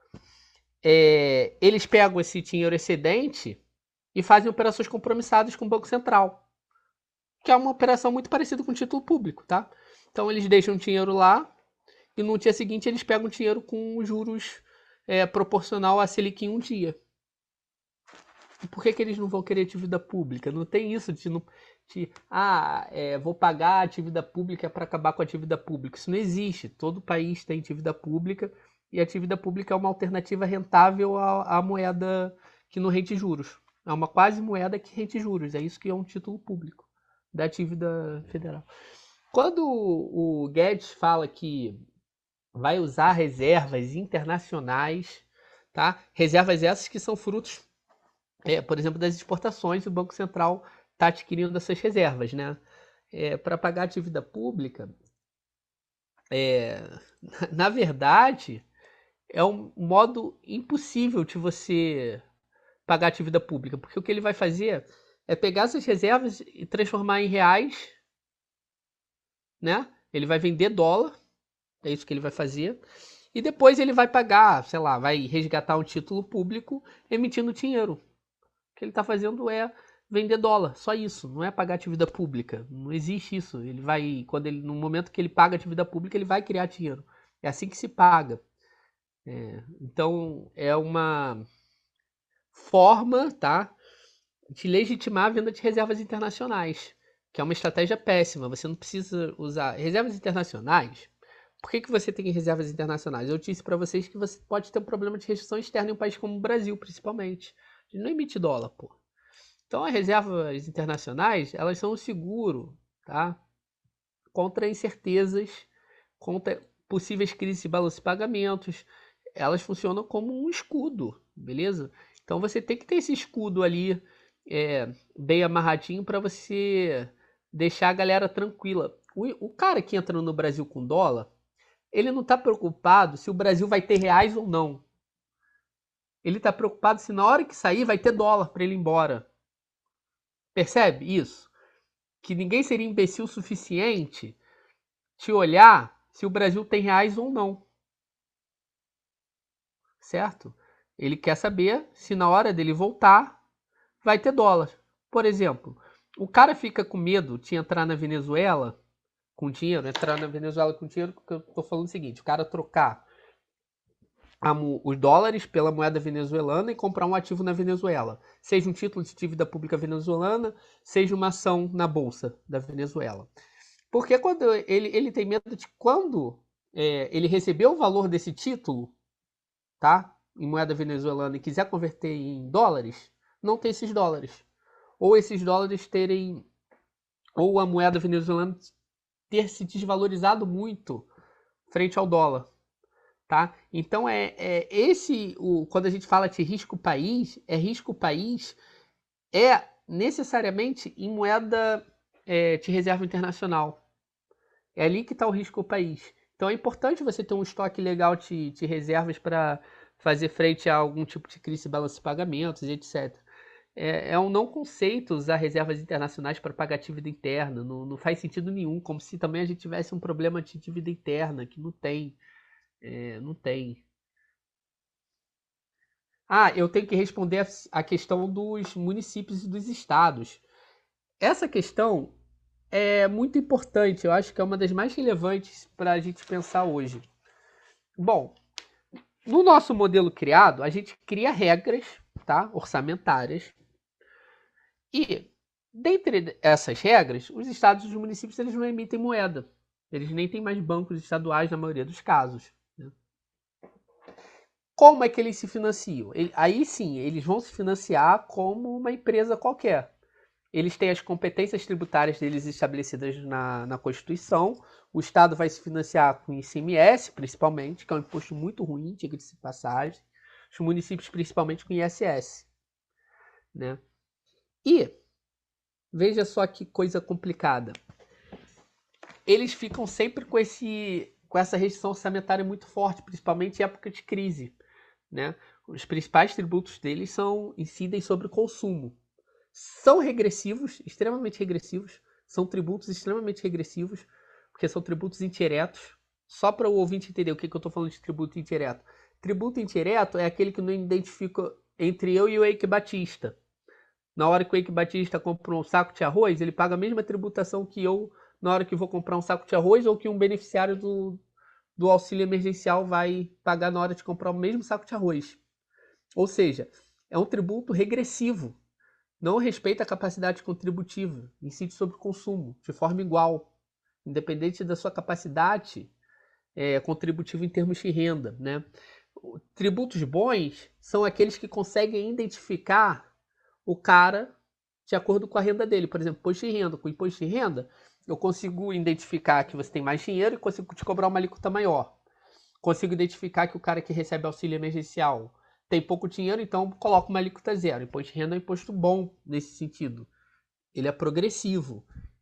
S2: é, eles pegam esse dinheiro excedente e fazem operações compromissadas com o Banco Central, que é uma operação muito parecida com o título público, tá? Então eles deixam o dinheiro lá e no dia seguinte eles pegam o dinheiro com juros é, proporcional à Selic em um dia. E por que que eles não vão querer dívida pública? Não tem isso de, de ah, é, vou pagar a dívida pública para acabar com a dívida pública. Isso não existe. Todo país tem dívida pública e a dívida pública é uma alternativa rentável à, à moeda que não rende juros. É uma quase moeda que rende juros. É isso que é um título público da dívida federal. Quando o Guedes fala que vai usar reservas internacionais, tá? Reservas essas que são frutos, é, por exemplo, das exportações, o Banco Central está adquirindo essas reservas, né? É, para pagar a dívida pública, é, na verdade, é um modo impossível de você pagar a dívida pública, porque o que ele vai fazer é pegar essas reservas e transformar em reais, né? Ele vai vender dólar, é isso que ele vai fazer, e depois ele vai pagar, sei lá, vai resgatar um título público emitindo dinheiro. O que ele está fazendo é vender dólar, só isso, não é pagar a dívida pública, não existe isso. Ele vai, quando ele, no momento que ele paga a dívida pública, ele vai criar dinheiro. É assim que se paga. É, então é uma forma, tá, de legitimar a venda de reservas internacionais, que é uma estratégia péssima. Você não precisa usar reservas internacionais. Por que, que você tem reservas internacionais? Eu disse para vocês que você pode ter um problema de restrição externa em um país como o Brasil, principalmente. A gente não emite dólar, pô. Então, as reservas internacionais, elas são um seguro, tá? Contra incertezas, contra possíveis crises de balanço de pagamentos. Elas funcionam como um escudo, beleza? Então, você tem que ter esse escudo ali é, bem amarradinho para você deixar a galera tranquila. O, o cara que entra no Brasil com dólar, ele não está preocupado se o Brasil vai ter reais ou não. Ele está preocupado se na hora que sair vai ter dólar para ele ir embora. Percebe isso? Que ninguém seria imbecil o suficiente de olhar se o Brasil tem reais ou não. Certo? Ele quer saber se na hora dele voltar vai ter dólar. Por exemplo, o cara fica com medo de entrar na Venezuela com dinheiro, entrar na Venezuela com dinheiro, porque eu tô falando o seguinte, o cara trocar a, os dólares pela moeda venezuelana e comprar um ativo na Venezuela, seja um título de dívida pública venezuelana, seja uma ação na bolsa da Venezuela. Porque quando ele, ele tem medo de quando é, ele receber o valor desse título, tá, em moeda venezuelana e quiser converter em dólares, não tem esses dólares. Ou esses dólares terem, ou a moeda venezuelana ter se desvalorizado muito frente ao dólar, tá? Então é, é esse o quando a gente fala de risco país, é risco país é necessariamente em moeda é, de reserva internacional. É ali que está o risco país. Então é importante você ter um estoque legal de, de reservas para fazer frente a algum tipo de crise de balanço de pagamentos, etcétera. É, é um não conceito usar reservas internacionais para pagar dívida interna. Não, não faz sentido nenhum. Como se também a gente tivesse um problema de dívida interna, que não tem. É, não tem. Ah, eu tenho que responder a, a questão dos municípios e dos estados. Essa questão é muito importante. Eu acho que é uma das mais relevantes para a gente pensar hoje. Bom, no nosso modelo criado, a gente cria regras, tá, orçamentárias. E, dentre essas regras, os estados e os municípios eles não emitem moeda. Eles nem têm mais bancos estaduais na maioria dos casos. Né? Como é que eles se financiam? Ele, aí sim, eles vão se financiar como uma empresa qualquer. Eles têm as competências tributárias deles estabelecidas na, na Constituição. O Estado vai se financiar com I C M S, principalmente, que é um imposto muito ruim, diga-se de passagem. Os municípios, principalmente, com I S S. Né? E, veja só que coisa complicada. Eles ficam sempre com, esse, com essa restrição orçamentária muito forte, principalmente em época de crise. Né? Os principais tributos deles são, incidem sobre o consumo. São regressivos, extremamente regressivos. São tributos extremamente regressivos, porque são tributos indiretos. Só para o ouvinte entender o que, que eu estou falando de tributo indireto. Tributo indireto é aquele que não identifica entre eu e o Eike Batista. Na hora que o Eike Batista compra um saco de arroz, ele paga a mesma tributação que eu na hora que vou comprar um saco de arroz ou que um beneficiário do, do auxílio emergencial vai pagar na hora de comprar o mesmo saco de arroz. Ou seja, é um tributo regressivo. Não respeita a capacidade contributiva, incide sobre o consumo, de forma igual, independente da sua capacidade é, contributiva em termos de renda. Né? Tributos bons são aqueles que conseguem identificar o cara de acordo com a renda dele. Por exemplo, imposto de renda. Com imposto de renda, eu consigo identificar que você tem mais dinheiro e consigo te cobrar uma alíquota maior. Consigo identificar que o cara que recebe auxílio emergencial tem pouco dinheiro, então coloco uma alíquota zero. Imposto de renda é um imposto bom nesse sentido. Ele é progressivo.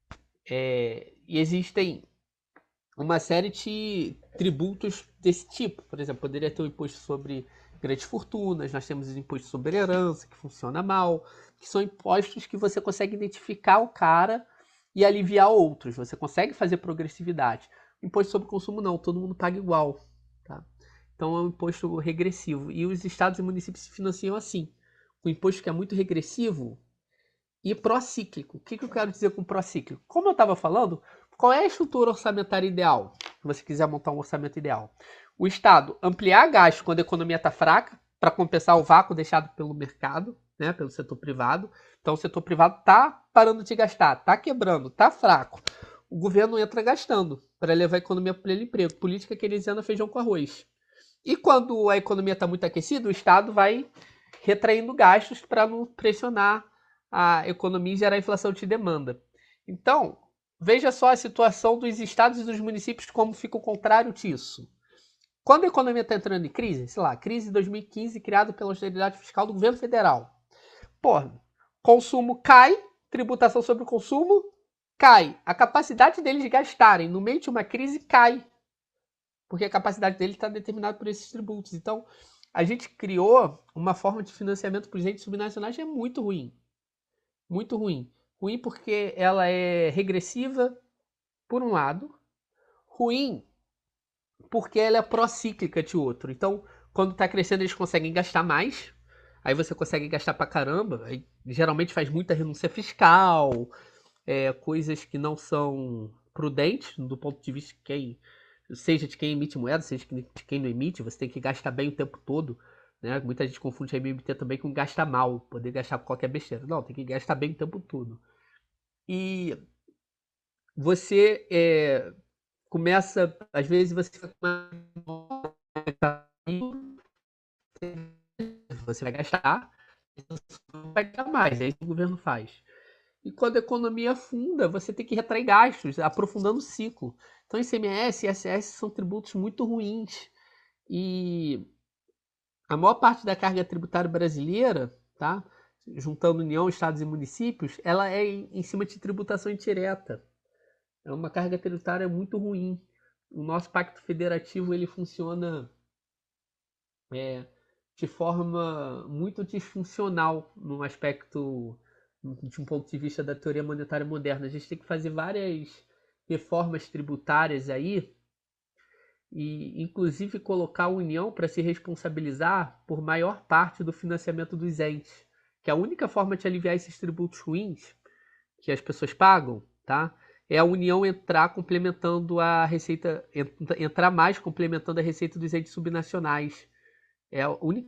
S2: É, e existem uma série de tributos desse tipo. Por exemplo, poderia ter o imposto sobre grandes fortunas, nós temos o imposto sobre herança, que funciona mal, que são impostos que você consegue identificar o cara e aliviar outros. Você consegue fazer progressividade. O imposto sobre consumo não, todo mundo paga igual. Tá? Então é um imposto regressivo. E os estados e municípios se financiam assim. O imposto que é muito regressivo e procíclico. O que, que eu quero dizer com procíclico? Como eu estava falando, qual é a estrutura orçamentária ideal? Se você quiser montar um orçamento ideal. O Estado ampliar gasto quando a economia está fraca, para compensar o vácuo deixado pelo mercado, né, pelo setor privado. Então o setor privado está parando de gastar, está quebrando, está fraco. o governo entra gastando para levar a economia para o pleno emprego. Política keynesiana feijão com arroz. E quando a economia está muito aquecida, o Estado vai retraindo gastos para não pressionar a economia e gerar inflação de demanda. Então, veja só a situação dos estados e dos municípios, como fica o contrário disso. Quando a economia está entrando em crise, sei lá, crise de dois mil e quinze, criada pela austeridade fiscal do governo federal. Pô, consumo cai, tributação sobre o consumo cai. A capacidade deles de gastarem no meio de uma crise cai. Porque a capacidade dele está determinada por esses tributos. Então, a gente criou uma forma de financiamento para os entes subnacionais que é muito ruim. Muito ruim. Ruim porque ela é regressiva, por um lado. Ruim porque ela é pró-cíclica de outro. Então, quando está crescendo, eles conseguem gastar mais. Aí você consegue gastar pra caramba. Aí, geralmente faz muita renúncia fiscal. É, coisas que não são prudentes do ponto de vista de quem... Seja de quem emite moeda, seja de quem não emite. Você tem que gastar bem o tempo todo. Né? Muita gente confunde a M M T também com gastar mal. Poder gastar com qualquer besteira. Não, tem que gastar bem o tempo todo. E você... É, começa, às vezes você fica com você vai gastar, vai gastar mais, é isso que o governo faz. E quando a economia afunda, você tem que retrair gastos, aprofundando o ciclo. Então, I C M S e I S S são tributos muito ruins. E a maior parte da carga tributária brasileira, tá? Juntando União, Estados e municípios, ela é em cima de tributação indireta. É uma carga tributária muito ruim. O nosso pacto federativo ele funciona é, de forma muito disfuncional no aspecto, de um ponto de vista da teoria monetária moderna. A gente tem que fazer várias reformas tributárias aí e, inclusive, colocar a União para se responsabilizar por maior parte do financiamento dos entes, que é a única forma de aliviar esses tributos ruins que as pessoas pagam, tá? É a União entrar complementando a receita, entrar mais complementando a receita dos entes subnacionais. É a única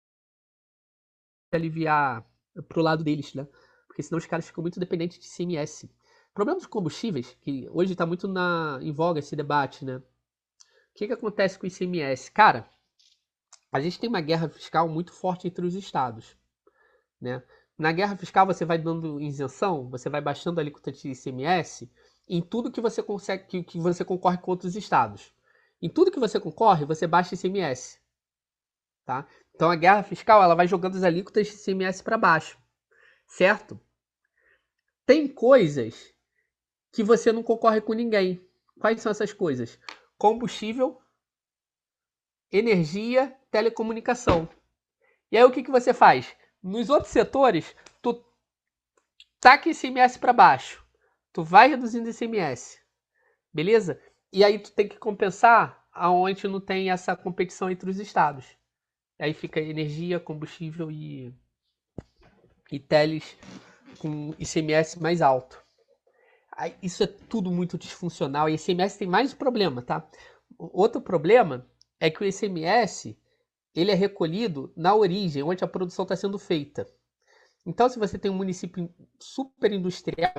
S2: aliviar pro lado deles, né? Porque senão os caras ficam muito dependentes de I C M S. O problema dos combustíveis, que hoje está muito na, em voga esse debate, né? O que, que acontece com o I C M S? Cara, a gente tem uma guerra fiscal muito forte entre os estados, né? Na guerra fiscal você vai dando isenção, você vai baixando a alíquota de I C M S em tudo que você consegue, que, que você concorre com outros estados. Em tudo que você concorre, você baixa I C M S. Tá? Então a guerra fiscal ela vai jogando as alíquotas de I C M S para baixo. Certo? Tem coisas que você não concorre com ninguém. Quais são essas coisas? Combustível, energia, telecomunicação. E aí o que, que você faz? Nos outros setores, tu taca I C M S para baixo. Tu vai reduzindo I C M S. Beleza? E aí tu tem que compensar aonde não tem essa competição entre os estados. Aí fica energia, combustível e, e teles com I C M S mais alto. Aí, isso é tudo muito disfuncional. E I C M S tem mais um problema, tá? Outro problema é que o I C M S ele é recolhido na origem, onde a produção está sendo feita. Então, se você tem um município super industrial,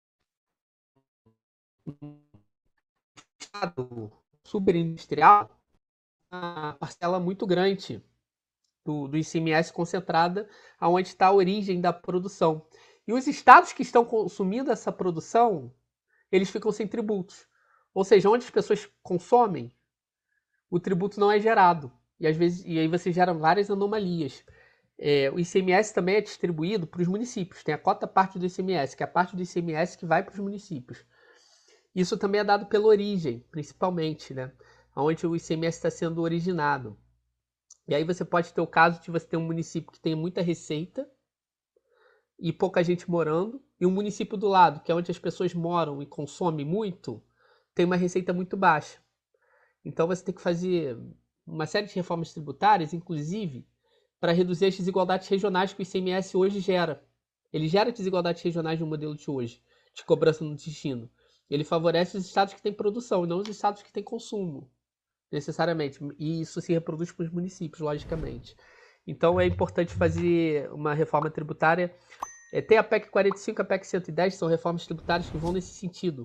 S2: um estado super industrial, uma parcela muito grande do, do I C M S concentrada onde está a origem da produção. E os estados que estão consumindo essa produção, eles ficam sem tributos. Ou seja, onde as pessoas consomem, o tributo não é gerado. E, às vezes, e aí você gera várias anomalias. É, o I C M S também é distribuído para os municípios. Tem a cota parte do I C M S, que é a parte do I C M S que vai para os municípios. Isso também é dado pela origem, principalmente, né? Onde o I C M S está sendo originado. E aí você pode ter o caso de você ter um município que tem muita receita e pouca gente morando, e um município do lado, que é onde as pessoas moram e consomem muito, tem uma receita muito baixa. Então você tem que fazer uma série de reformas tributárias, inclusive, para reduzir as desigualdades regionais que o I C M S hoje gera. Ele gera desigualdades regionais no modelo de hoje, de cobrança no destino. Ele favorece os estados que têm produção e não os estados que têm consumo, necessariamente. E isso se reproduz para os municípios, logicamente. Então é importante fazer uma reforma tributária. É, tem a P E C quarenta e cinco e a P E C cento e dez, são reformas tributárias que vão nesse sentido.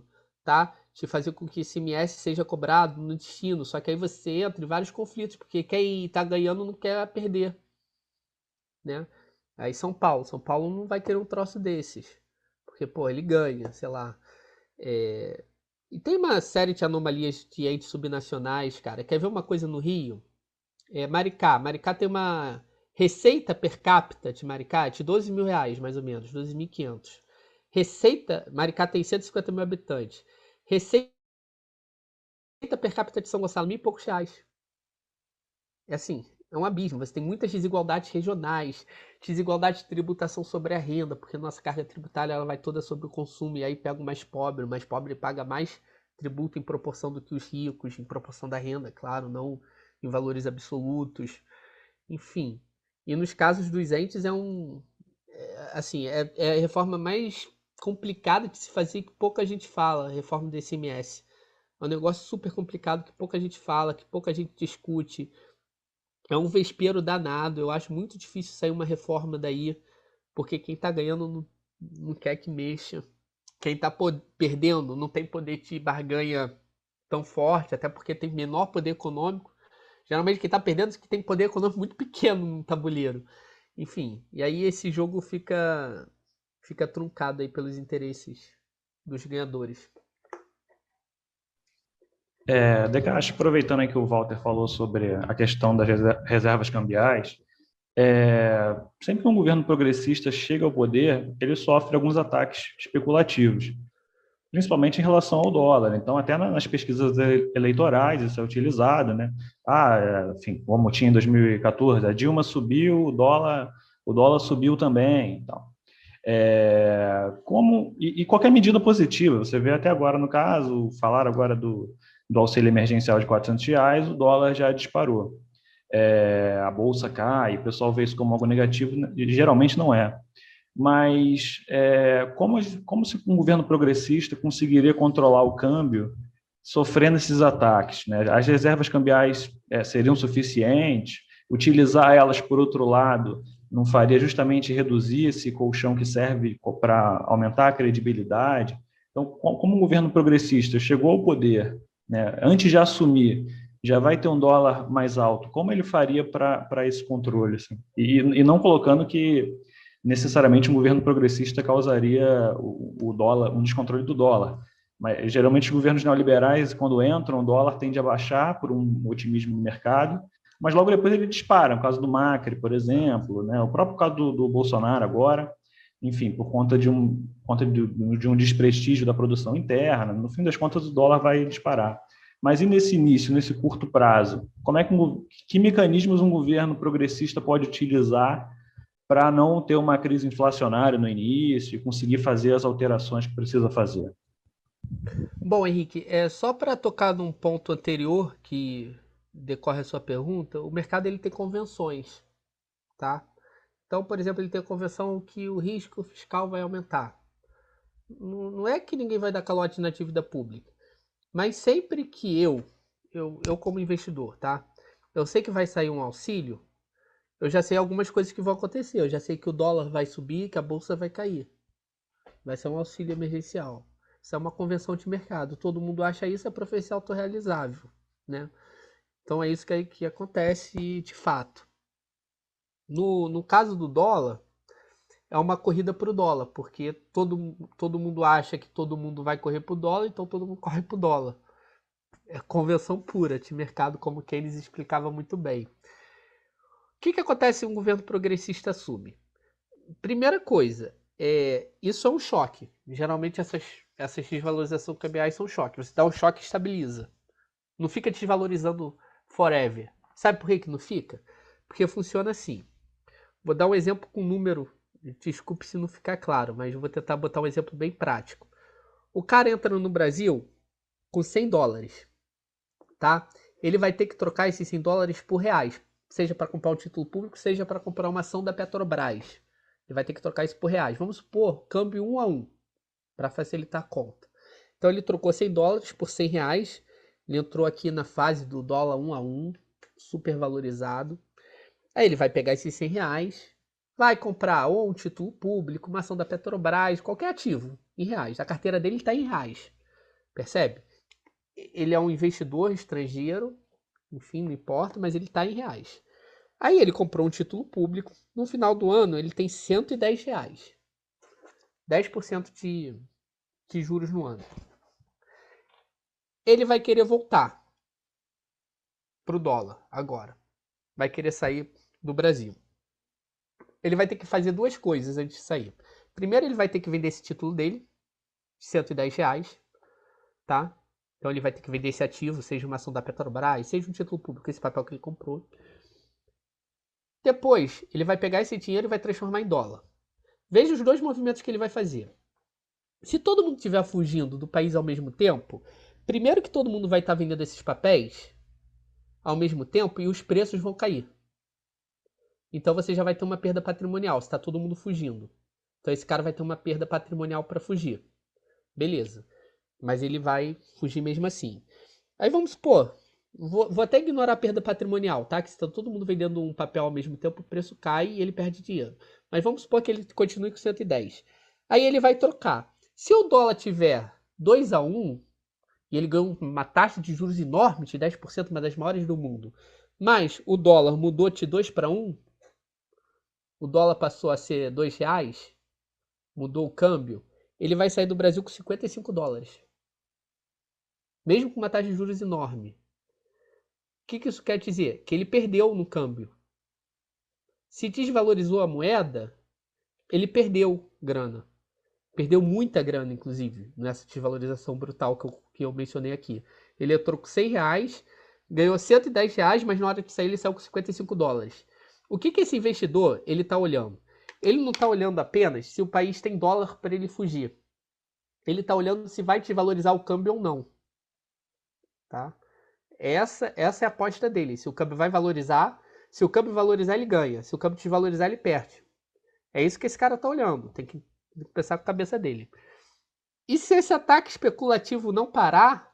S2: tá? De fazer com que esse I M S seja cobrado no destino. Só que aí você entra em vários conflitos, porque quem está ganhando não quer perder, né? Aí São Paulo, São Paulo não vai ter um troço desses, porque, pô, ele ganha, sei lá. É... E tem uma série de anomalias de entes subnacionais, cara. Quer ver uma coisa no Rio? É Maricá. Maricá tem uma receita per capita de Maricá de doze mil reais, mais ou menos, doze mil e quinhentos. Receita, Maricá tem cento e cinquenta mil habitantes. Receita per capita de São Gonçalo, mil e poucos reais. É assim, é um abismo. Você tem muitas desigualdades regionais, desigualdade de tributação sobre a renda, porque nossa carga tributária ela vai toda sobre o consumo, e aí pega o mais pobre, o mais pobre paga mais tributo em proporção do que os ricos, em proporção da renda, claro, não em valores absolutos, enfim. E nos casos dos entes é um, é, assim, é, é a reforma mais complicada de se fazer que pouca gente fala, a reforma do I C M S. É um negócio super complicado que pouca gente fala, que pouca gente discute. É um vespeiro danado. Eu acho muito difícil sair uma reforma daí, porque quem tá ganhando não, não quer que mexa. Quem tá perdendo não tem poder de barganha tão forte, até porque tem menor poder econômico. Geralmente quem tá perdendo é que tem poder econômico muito pequeno no tabuleiro. Enfim, e aí esse jogo fica, fica truncado aí pelos interesses dos ganhadores.
S1: É, Decache, aproveitando aí que o Walter falou sobre a questão das reservas cambiais, é, sempre que um governo progressista chega ao poder, ele sofre alguns ataques especulativos, principalmente em relação ao dólar. Então, até nas pesquisas eleitorais isso é utilizado, né? Ah, enfim, como tinha em dois mil e quatorze, a Dilma subiu, o dólar, o dólar subiu também. Então, é, como, e, e qualquer medida positiva, você vê até agora no caso, falar agora do, do auxílio emergencial de quatrocentos reais, o dólar já disparou. É, a bolsa cai, o pessoal vê isso como algo negativo, e geralmente não é. Mas é, como, como se um governo progressista conseguiria controlar o câmbio sofrendo esses ataques, né? As reservas cambiais é, seriam suficientes? Utilizar elas, por outro lado, não faria justamente reduzir esse colchão que serve para aumentar a credibilidade? Então, como um governo progressista chegou ao poder, né, antes de assumir, já vai ter um dólar mais alto, como ele faria para esse controle? Assim? E, e não colocando que necessariamente um governo progressista causaria o, o dólar, um descontrole do dólar. Mas geralmente os governos neoliberais, quando entram, o dólar tende a baixar por um otimismo no mercado, mas logo depois ele dispara, no caso do Macri, por exemplo, né? O próprio caso do, do Bolsonaro agora, enfim, por conta de um, conta de, de um desprestígio da produção interna, no fim das contas o dólar vai disparar. Mas e nesse início, nesse curto prazo, como é que, um, que mecanismos um governo progressista pode utilizar para não ter uma crise inflacionária no início e conseguir fazer as alterações que precisa fazer?
S2: Bom, Henrique, é só para tocar num ponto anterior que decorre a sua pergunta, o mercado ele tem convenções, tá? Então, por exemplo, ele tem a convenção que o risco fiscal vai aumentar. Não, não é que ninguém vai dar calote na dívida pública, mas sempre que eu, eu, eu como investidor, tá? Eu sei que vai sair um auxílio, eu já sei algumas coisas que vão acontecer. Eu já sei que o dólar vai subir, que a bolsa vai cair. Vai ser um auxílio emergencial. Isso é uma convenção de mercado. Todo mundo acha isso, é profecia autorrealizável, né? Então é isso que, que acontece de fato. No, no caso do dólar, é uma corrida para o dólar, porque todo, todo mundo acha que todo mundo vai correr para o dólar, então todo mundo corre para o dólar. É convenção pura de mercado, como Keynes explicava muito bem. O que, que acontece se um governo progressista assume? Primeira coisa, é, isso é um choque. Geralmente essas, essas desvalorizações cambiais são choque. Você dá um choque e estabiliza. Não fica desvalorizando forever. Sabe por que, que não fica? Porque funciona assim. Vou dar um exemplo com um número. Desculpe se não ficar claro, mas vou tentar botar um exemplo bem prático. O cara entra no Brasil com cem dólares, tá? Ele vai ter que trocar esses cem dólares por reais, seja para comprar um título público, seja para comprar uma ação da Petrobras. Ele vai ter que trocar isso por reais. Vamos supor, câmbio um a um, para facilitar a conta. Então ele trocou cem dólares por cem reais. Ele entrou aqui na fase do dólar um a um, super valorizado. Aí ele vai pegar esses cem reais, vai comprar ou um título público, uma ação da Petrobras, qualquer ativo em reais. A carteira dele está em reais. Percebe? Ele é um investidor estrangeiro, enfim, não importa, mas ele está em reais. Aí ele comprou um título público, no final do ano ele tem cento e dez reais. dez por cento de, de juros no ano. Ele vai querer voltar para o dólar agora. Vai querer sair do Brasil. Ele vai ter que fazer duas coisas antes de sair. Primeiro, ele vai ter que vender esse título dele, de cento e dez reais, tá? Então ele vai ter que vender esse ativo, seja uma ação da Petrobras, seja um título público, esse papel que ele comprou. Depois, ele vai pegar esse dinheiro e vai transformar em dólar. Veja os dois movimentos que ele vai fazer. Se todo mundo estiver fugindo do país ao mesmo tempo, primeiro que todo mundo vai estar vendendo esses papéis ao mesmo tempo e os preços vão cair. Então você já vai ter uma perda patrimonial, se está todo mundo fugindo. Então esse cara vai ter uma perda patrimonial para fugir. Beleza. Mas ele vai fugir mesmo assim. Aí vamos supor, vou, vou até ignorar a perda patrimonial, tá? Que se está todo mundo vendendo um papel ao mesmo tempo, o preço cai e ele perde dinheiro. Mas vamos supor que ele continue com cento e dez. Aí ele vai trocar. Se o dólar tiver dois a um, e ele ganhou uma taxa de juros enorme, de dez por cento, uma das maiores do mundo, mas o dólar mudou de dois para um, o dólar passou a ser dois reais, mudou o câmbio, ele vai sair do Brasil com cinquenta e cinco dólares. Mesmo com uma taxa de juros enorme. O que, que isso quer dizer? Que ele perdeu no câmbio. Se desvalorizou a moeda, ele perdeu grana. Perdeu muita grana, inclusive, nessa desvalorização brutal que eu, que eu mencionei aqui. Ele entrou com cem reais, ganhou cento e dez reais, mas na hora de sair ele saiu com cinquenta e cinco dólares. O que, que esse investidor ele está olhando? Ele não está olhando apenas se o país tem dólar para ele fugir. Ele está olhando se vai desvalorizar o câmbio ou não. Tá? Essa, essa é a aposta dele. Se o câmbio vai valorizar, se o câmbio valorizar, ele ganha. Se o câmbio desvalorizar, ele perde. É isso que esse cara está olhando. Tem que pensar com a cabeça dele. E se esse ataque especulativo não parar,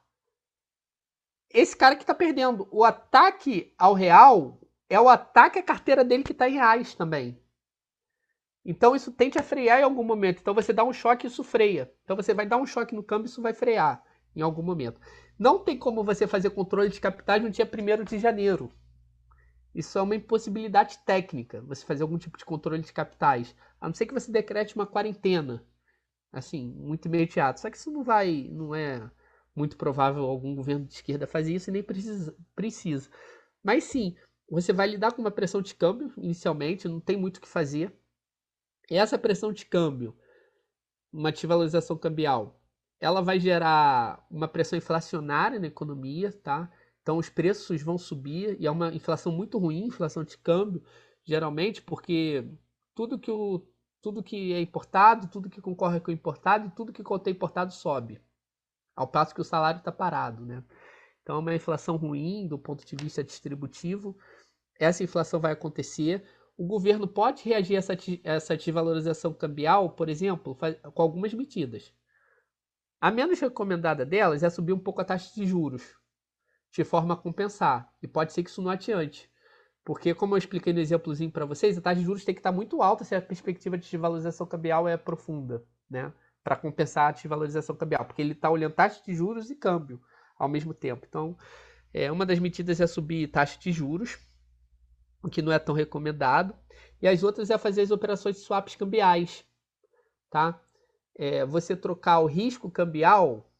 S2: esse cara que está perdendo. O ataque ao real é o ataque à carteira dele que está em reais também. Então isso tende a frear em algum momento. Então você dá um choque e isso freia. Então você vai dar um choque no câmbio e isso vai frear em algum momento. Não tem como você fazer controle de capitais no dia primeiro de janeiro. Isso é uma impossibilidade técnica, você fazer algum tipo de controle de capitais. A não ser que você decrete uma quarentena, assim, muito imediato. Só que isso não vai, não é muito provável algum governo de esquerda fazer isso e nem precisa. precisa. Mas sim, você vai lidar com uma pressão de câmbio inicialmente, não tem muito o que fazer. E essa pressão de câmbio, uma desvalorização cambial, ela vai gerar uma pressão inflacionária na economia, tá? Então os preços vão subir e é uma inflação muito ruim, inflação de câmbio, geralmente, porque tudo que, o, tudo que é importado, tudo que concorre com o importado e tudo que contém importado sobe, ao passo que o salário está parado, né? Então é uma inflação ruim do ponto de vista distributivo. Essa inflação vai acontecer. O governo pode reagir a essa, essa desvalorização cambial, por exemplo, com algumas medidas. A menos recomendada delas é subir um pouco a taxa de juros, de forma a compensar. E pode ser que isso não adiante. Porque, como eu expliquei no exemplozinho para vocês, a taxa de juros tem que estar muito alta se a perspectiva de desvalorização cambial é profunda, né? Para compensar a desvalorização cambial. Porque ele está olhando taxa de juros e câmbio ao mesmo tempo. Então, é, uma das medidas é subir taxa de juros, o que não é tão recomendado. E as outras é fazer as operações de swaps cambiais. Tá? É, você trocar o risco cambial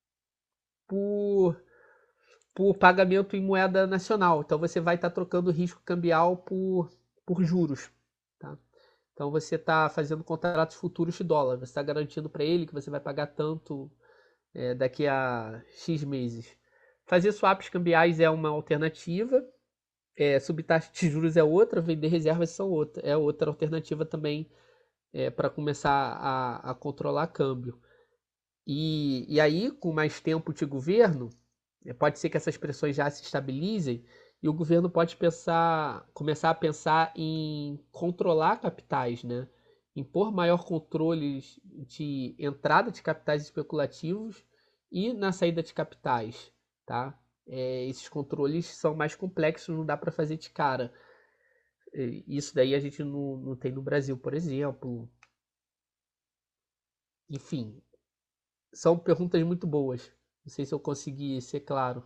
S2: por, por pagamento em moeda nacional. Então você vai estar tá trocando o risco cambial por, por juros. Tá? Então você está fazendo contratos futuros de dólar. Você está garantindo para ele que você vai pagar tanto é, daqui a X meses. Fazer swaps cambiais é uma alternativa. É, subir taxa de juros é outra, vender reservas são outra, é outra alternativa também é, para começar a, a controlar câmbio. E, e aí, com mais tempo de governo, é, pode ser que essas pressões já se estabilizem e o governo pode pensar, começar a pensar em controlar capitais, né? Impor maior controle de entrada de capitais especulativos e na saída de capitais, tá? É, esses controles são mais complexos, não dá para fazer de cara. Isso daí a gente não, não tem no Brasil, por exemplo. Enfim, são perguntas muito boas. Não sei se eu consegui ser claro.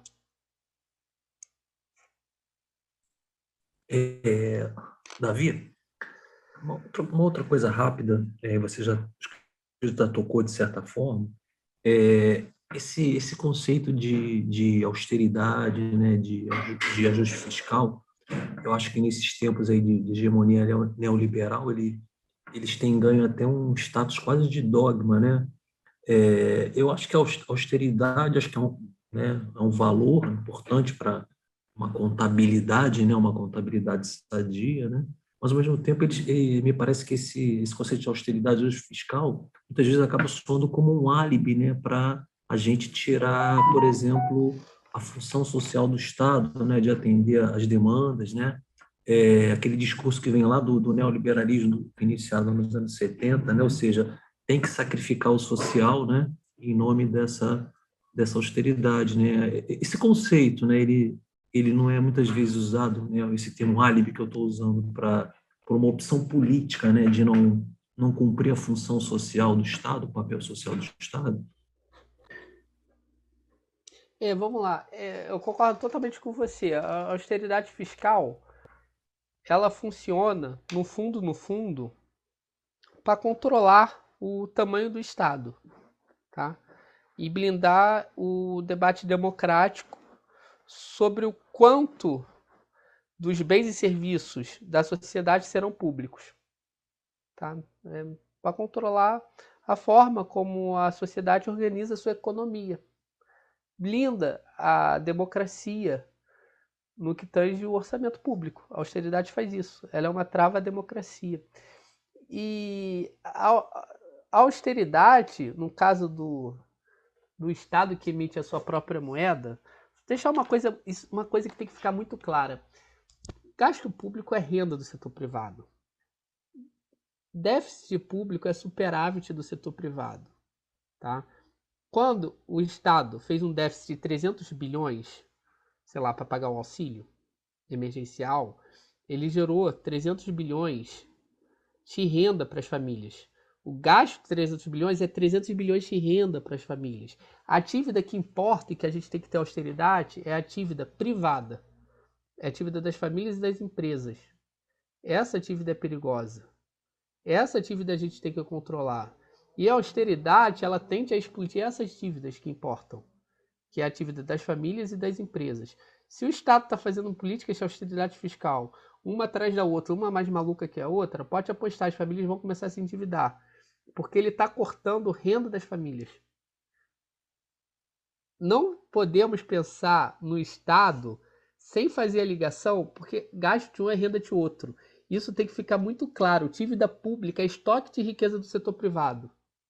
S4: É, Davi, uma outra, uma outra coisa rápida, é, você já, já tocou de certa forma, é, esse, esse conceito de, de austeridade, né, de, de ajuste fiscal, eu acho que nesses tempos aí de, de hegemonia neo- neoliberal, ele, eles têm ganho até um status quase de dogma, né? É, eu acho que a aus- austeridade, acho que é um, né, é um valor importante para uma contabilidade, né, uma contabilidade sadia, né? Mas, ao mesmo tempo, ele, ele- me parece que esse, esse conceito de austeridade fiscal, muitas vezes acaba soando como um álibi, né, para a gente tirar, por exemplo, a função social do Estado, né, de atender às demandas, né? É, aquele discurso que vem lá do, do neoliberalismo iniciado nos anos setenta, né? Ou seja, tem que sacrificar o social, né, em nome dessa dessa austeridade, né? Esse conceito, né, ele ele não é muitas vezes usado, né, esse termo álibi que eu estou usando para por uma opção política, né, de não não cumprir a função social do Estado, o papel social do Estado.
S2: É, vamos lá. É, eu concordo totalmente com você. A austeridade fiscal, ela funciona, no fundo, no fundo, para controlar o tamanho do Estado, tá? E blindar o debate democrático sobre o quanto dos bens e serviços da sociedade serão públicos, tá? É, para controlar a forma como a sociedade organiza a sua economia. Blinda a democracia no que tange o orçamento público. A austeridade faz isso. Ela é uma trava à democracia. E a, a austeridade, no caso do, do Estado que emite a sua própria moeda, deixar uma coisa, uma coisa que tem que ficar muito clara. Gasto público é renda do setor privado. Déficit público é superávit do setor privado. Tá? Quando o Estado fez um déficit de trezentos bilhões, sei lá, para pagar o auxílio emergencial, ele gerou trezentos bilhões de renda para as famílias. O gasto de trezentos bilhões é trezentos bilhões de renda para as famílias. A dívida que importa e que a gente tem que ter austeridade é a dívida privada. É a dívida das famílias e das empresas. Essa dívida é perigosa. Essa dívida a gente tem que controlar. E a austeridade, ela tende a explodir essas dívidas que importam, que é a dívida das famílias e das empresas. Se o Estado está fazendo políticas de austeridade fiscal, uma atrás da outra, uma mais maluca que a outra, pode apostar, as famílias vão começar a se endividar, porque ele está cortando renda das famílias. Não podemos pensar no Estado sem fazer a ligação, porque gasto de um é renda de outro. Isso tem que ficar muito claro. Dívida pública é estoque de riqueza do setor privado.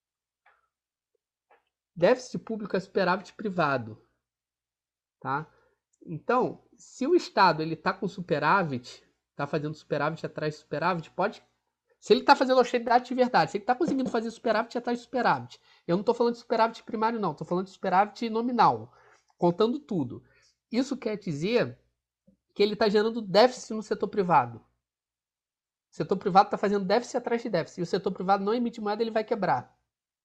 S2: Déficit público é superávit privado. Tá? Então, se o Estado ele está com superávit, está fazendo superávit atrás de superávit, pode. Se ele está fazendo austeridade de verdade, se ele está conseguindo fazer superávit atrás de superávit, eu não estou falando de superávit primário, não, estou falando de superávit nominal, contando tudo. Isso quer dizer que ele está gerando déficit no setor privado. O setor privado está fazendo déficit atrás de déficit. E o setor privado não emite moeda, ele vai quebrar.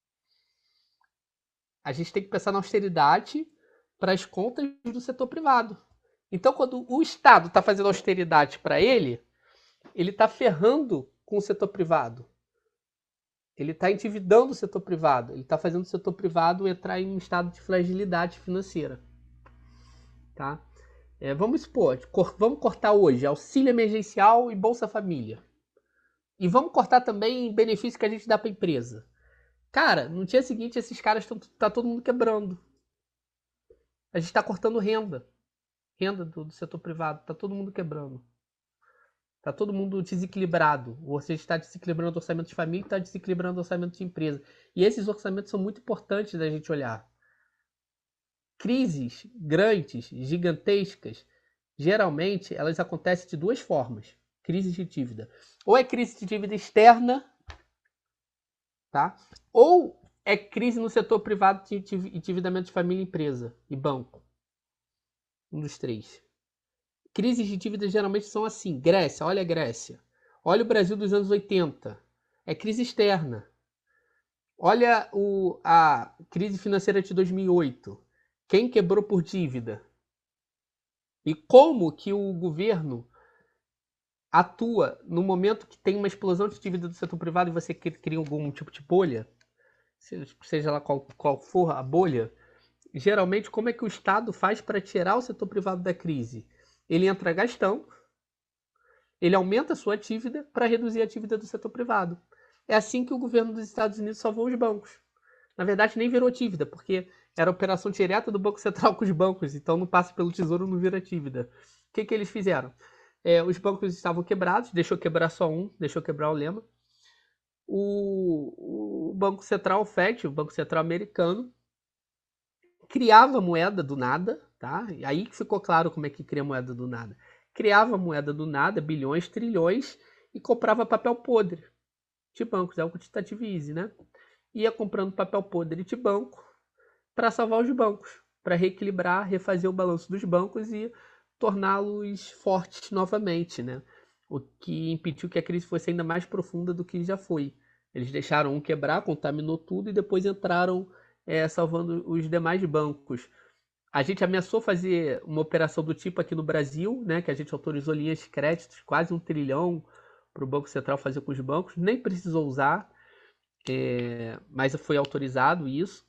S2: A gente tem que pensar na austeridade para as contas do setor privado. Então, quando o Estado está fazendo austeridade para ele, ele está ferrando com o setor privado. Ele está endividando o setor privado. Ele está fazendo o setor privado entrar em um estado de fragilidade financeira. Tá? É, vamos expor, vamos cortar hoje auxílio emergencial e Bolsa Família. E vamos cortar também benefício que a gente dá para a empresa. Cara, no dia seguinte esses caras estão tá todo mundo quebrando. A gente está cortando renda. Renda do, do setor privado. Está todo mundo quebrando. Está todo mundo desequilibrado. Ou seja, está desequilibrando o orçamento de família e está desequilibrando o orçamento de empresa. E esses orçamentos são muito importantes da gente olhar. Crises grandes, gigantescas, geralmente elas acontecem de duas formas. Crises de dívida. Ou é crise de dívida externa, tá? Ou é crise no setor privado de endividamento de família, empresa e banco. Um dos três. Crises de dívida geralmente são assim. Grécia, olha a Grécia. Olha o Brasil dos anos oitenta. É crise externa. Olha o, a crise financeira de dois mil e oito. Quem quebrou por dívida? E como que o governo atua no momento que tem uma explosão de dívida do setor privado e você cria algum tipo de bolha, seja lá qual, qual for a bolha, geralmente como é que o Estado faz para tirar o setor privado da crise? Ele entra gastão, ele aumenta a sua dívida para reduzir a dívida do setor privado. É assim que o governo dos Estados Unidos salvou os bancos. Na verdade, nem virou dívida, porque era operação direta do Banco Central com os bancos, então não passa pelo Tesouro, não vira dívida. O que, que eles fizeram? É, os bancos estavam quebrados, deixou quebrar só um, deixou quebrar o Lehman. O, o Banco Central, o Fed, o Banco Central americano, criava moeda do nada, tá? E aí que ficou claro como é que cria moeda do nada. Criava moeda do nada, bilhões, trilhões, e comprava papel podre de bancos, é o quantitative easy, né? Ia comprando papel podre de banco para salvar os bancos, para reequilibrar, refazer o balanço dos bancos e torná-los fortes novamente, né? O que impediu que a crise fosse ainda mais profunda do que já foi. Eles deixaram um quebrar, contaminou tudo e depois entraram é, salvando os demais bancos. A gente ameaçou fazer uma operação do tipo aqui no Brasil, né? Que a gente autorizou linhas de créditos, quase um trilhão para o Banco Central fazer com os bancos. Nem precisou usar, é, mas foi autorizado isso.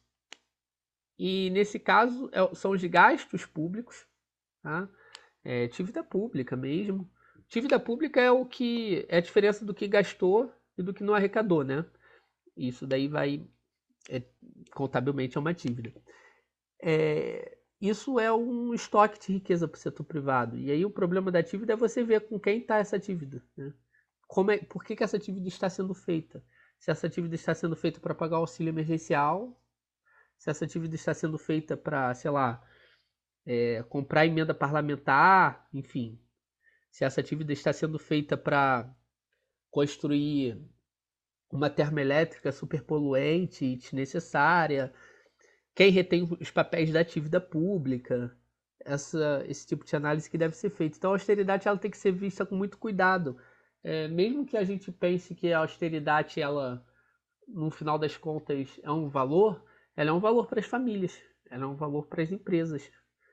S2: E nesse caso é, são os gastos públicos, tá? É, dívida pública mesmo. Dívida pública é o que é a diferença do que gastou e do que não arrecadou, né? Isso daí vai é, contabilmente é uma dívida. É, isso é um estoque de riqueza para o setor privado. E aí o problema da dívida é você ver com quem está essa dívida, né? Como é, por que, que essa dívida está sendo feita? Se essa dívida está sendo feita para pagar o auxílio emergencial, se essa dívida está sendo feita para, sei lá, é, comprar emenda parlamentar, enfim. Se essa dívida está sendo feita para construir uma termoelétrica superpoluente e desnecessária, quem retém os papéis da dívida pública, essa, esse tipo de análise que deve ser feita. Então a austeridade ela tem que ser vista com muito cuidado. É, mesmo que a gente pense que a austeridade, ela, no final das contas, é um valor, ela é um valor para as famílias, ela é um valor para as empresas.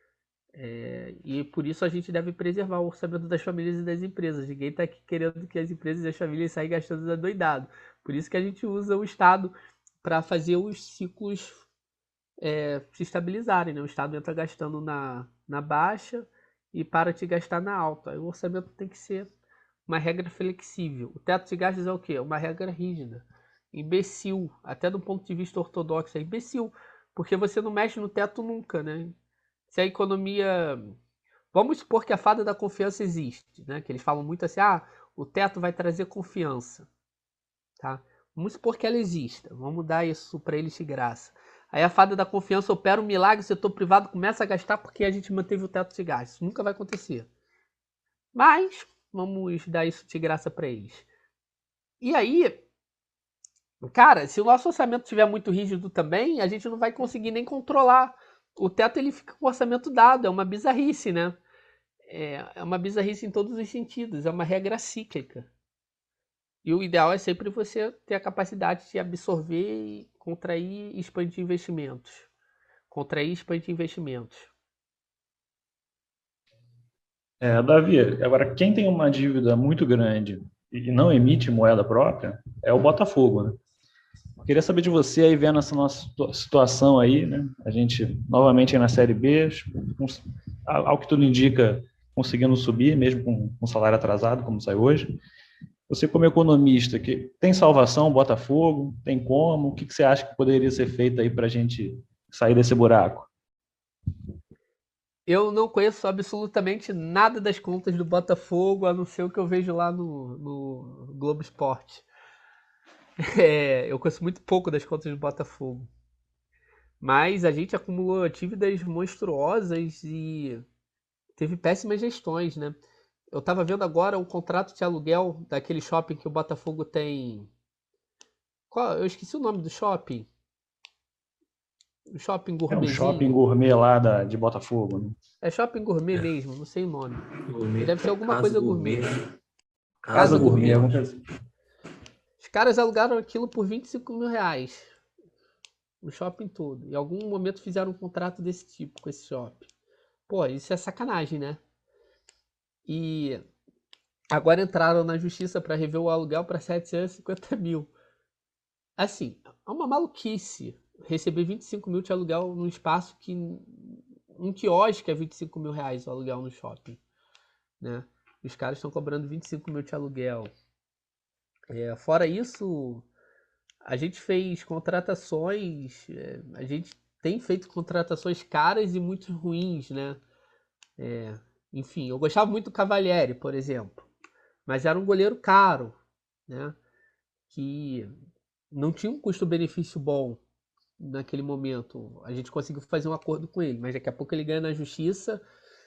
S2: É, e por isso a gente deve preservar o orçamento das famílias e das empresas. Ninguém está aqui querendo que as empresas e as famílias saiam gastando adoidado. Por isso que a gente usa o Estado para fazer os ciclos é, se estabilizarem, né? O Estado entra gastando na, na baixa e para de gastar na alta. Aí o orçamento tem que ser uma regra flexível. O teto de gastos é o quê? Uma regra rígida. Imbecil, até do ponto de vista ortodoxo, é imbecil, porque você não mexe no teto nunca, né? Se a economia... Vamos supor que a fada da confiança existe, né? Que eles falam muito assim, ah, o teto vai trazer confiança, tá? Vamos supor que ela exista, vamos dar isso para eles de graça. Aí a fada da confiança opera um milagre, o setor privado começa a gastar porque a gente manteve o teto de gastos. Isso nunca vai acontecer. Mas vamos dar isso de graça para eles. E aí, cara, se o nosso orçamento estiver muito rígido também, a gente não vai conseguir nem controlar. O teto ele fica com o orçamento dado, é uma bizarrice, né? É, é uma bizarrice em todos os sentidos, é uma regra cíclica. E o ideal é sempre você ter a capacidade de absorver, contrair e expandir investimentos. Contrair e expandir investimentos.
S1: É, Davi, agora quem tem uma dívida muito grande e não emite moeda própria é o Botafogo, né? Queria saber de você aí, vendo essa nossa situação aí, né? A gente novamente aí na Série B, ao que tudo indica, conseguindo subir, mesmo com, com salário atrasado, como sai hoje. Você, como economista, que tem salvação, Botafogo, tem como? O que, que você acha que poderia ser feito aí para a gente sair desse buraco?
S2: Eu não conheço absolutamente nada das contas do Botafogo, a não ser o que eu vejo lá no, no Globo Esporte. É, eu conheço muito pouco das contas do Botafogo. Mas a gente acumulou dívidas monstruosas e teve péssimas gestões, né? Eu tava vendo agora o contrato de aluguel daquele shopping que o Botafogo tem. Qual? Eu esqueci o nome do shopping. O shopping
S1: É um
S2: gourmetzinho.
S1: shopping gourmet lá da, de Botafogo, né?
S2: É shopping gourmet
S4: É.
S2: mesmo, não sei o nome.
S4: Gourmet,
S2: Deve ser alguma
S4: casa
S2: coisa gourmet.
S4: Casa,
S2: Casa
S1: gourmet,
S2: gourmet.
S1: alguma coisa assim.
S2: Os caras alugaram aquilo por vinte e cinco mil reais. o shopping todo. Em algum momento fizeram um contrato desse tipo com esse shopping. Pô, isso é sacanagem, né? E agora entraram na justiça para rever o aluguel para setecentos e cinquenta mil. Assim, é uma maluquice receber vinte e cinco mil de aluguel num espaço que um quiosque é vinte e cinco mil reais o aluguel no shopping, né? Os caras estão cobrando vinte e cinco mil de aluguel. É, fora isso, a gente fez contratações, é, a gente tem feito contratações caras e muito ruins, né? É, enfim, eu gostava muito do Cavalieri, por exemplo, mas era um goleiro caro, né? Que não tinha um custo-benefício bom naquele momento. A gente conseguiu fazer um acordo com ele, mas daqui a pouco ele ganha na justiça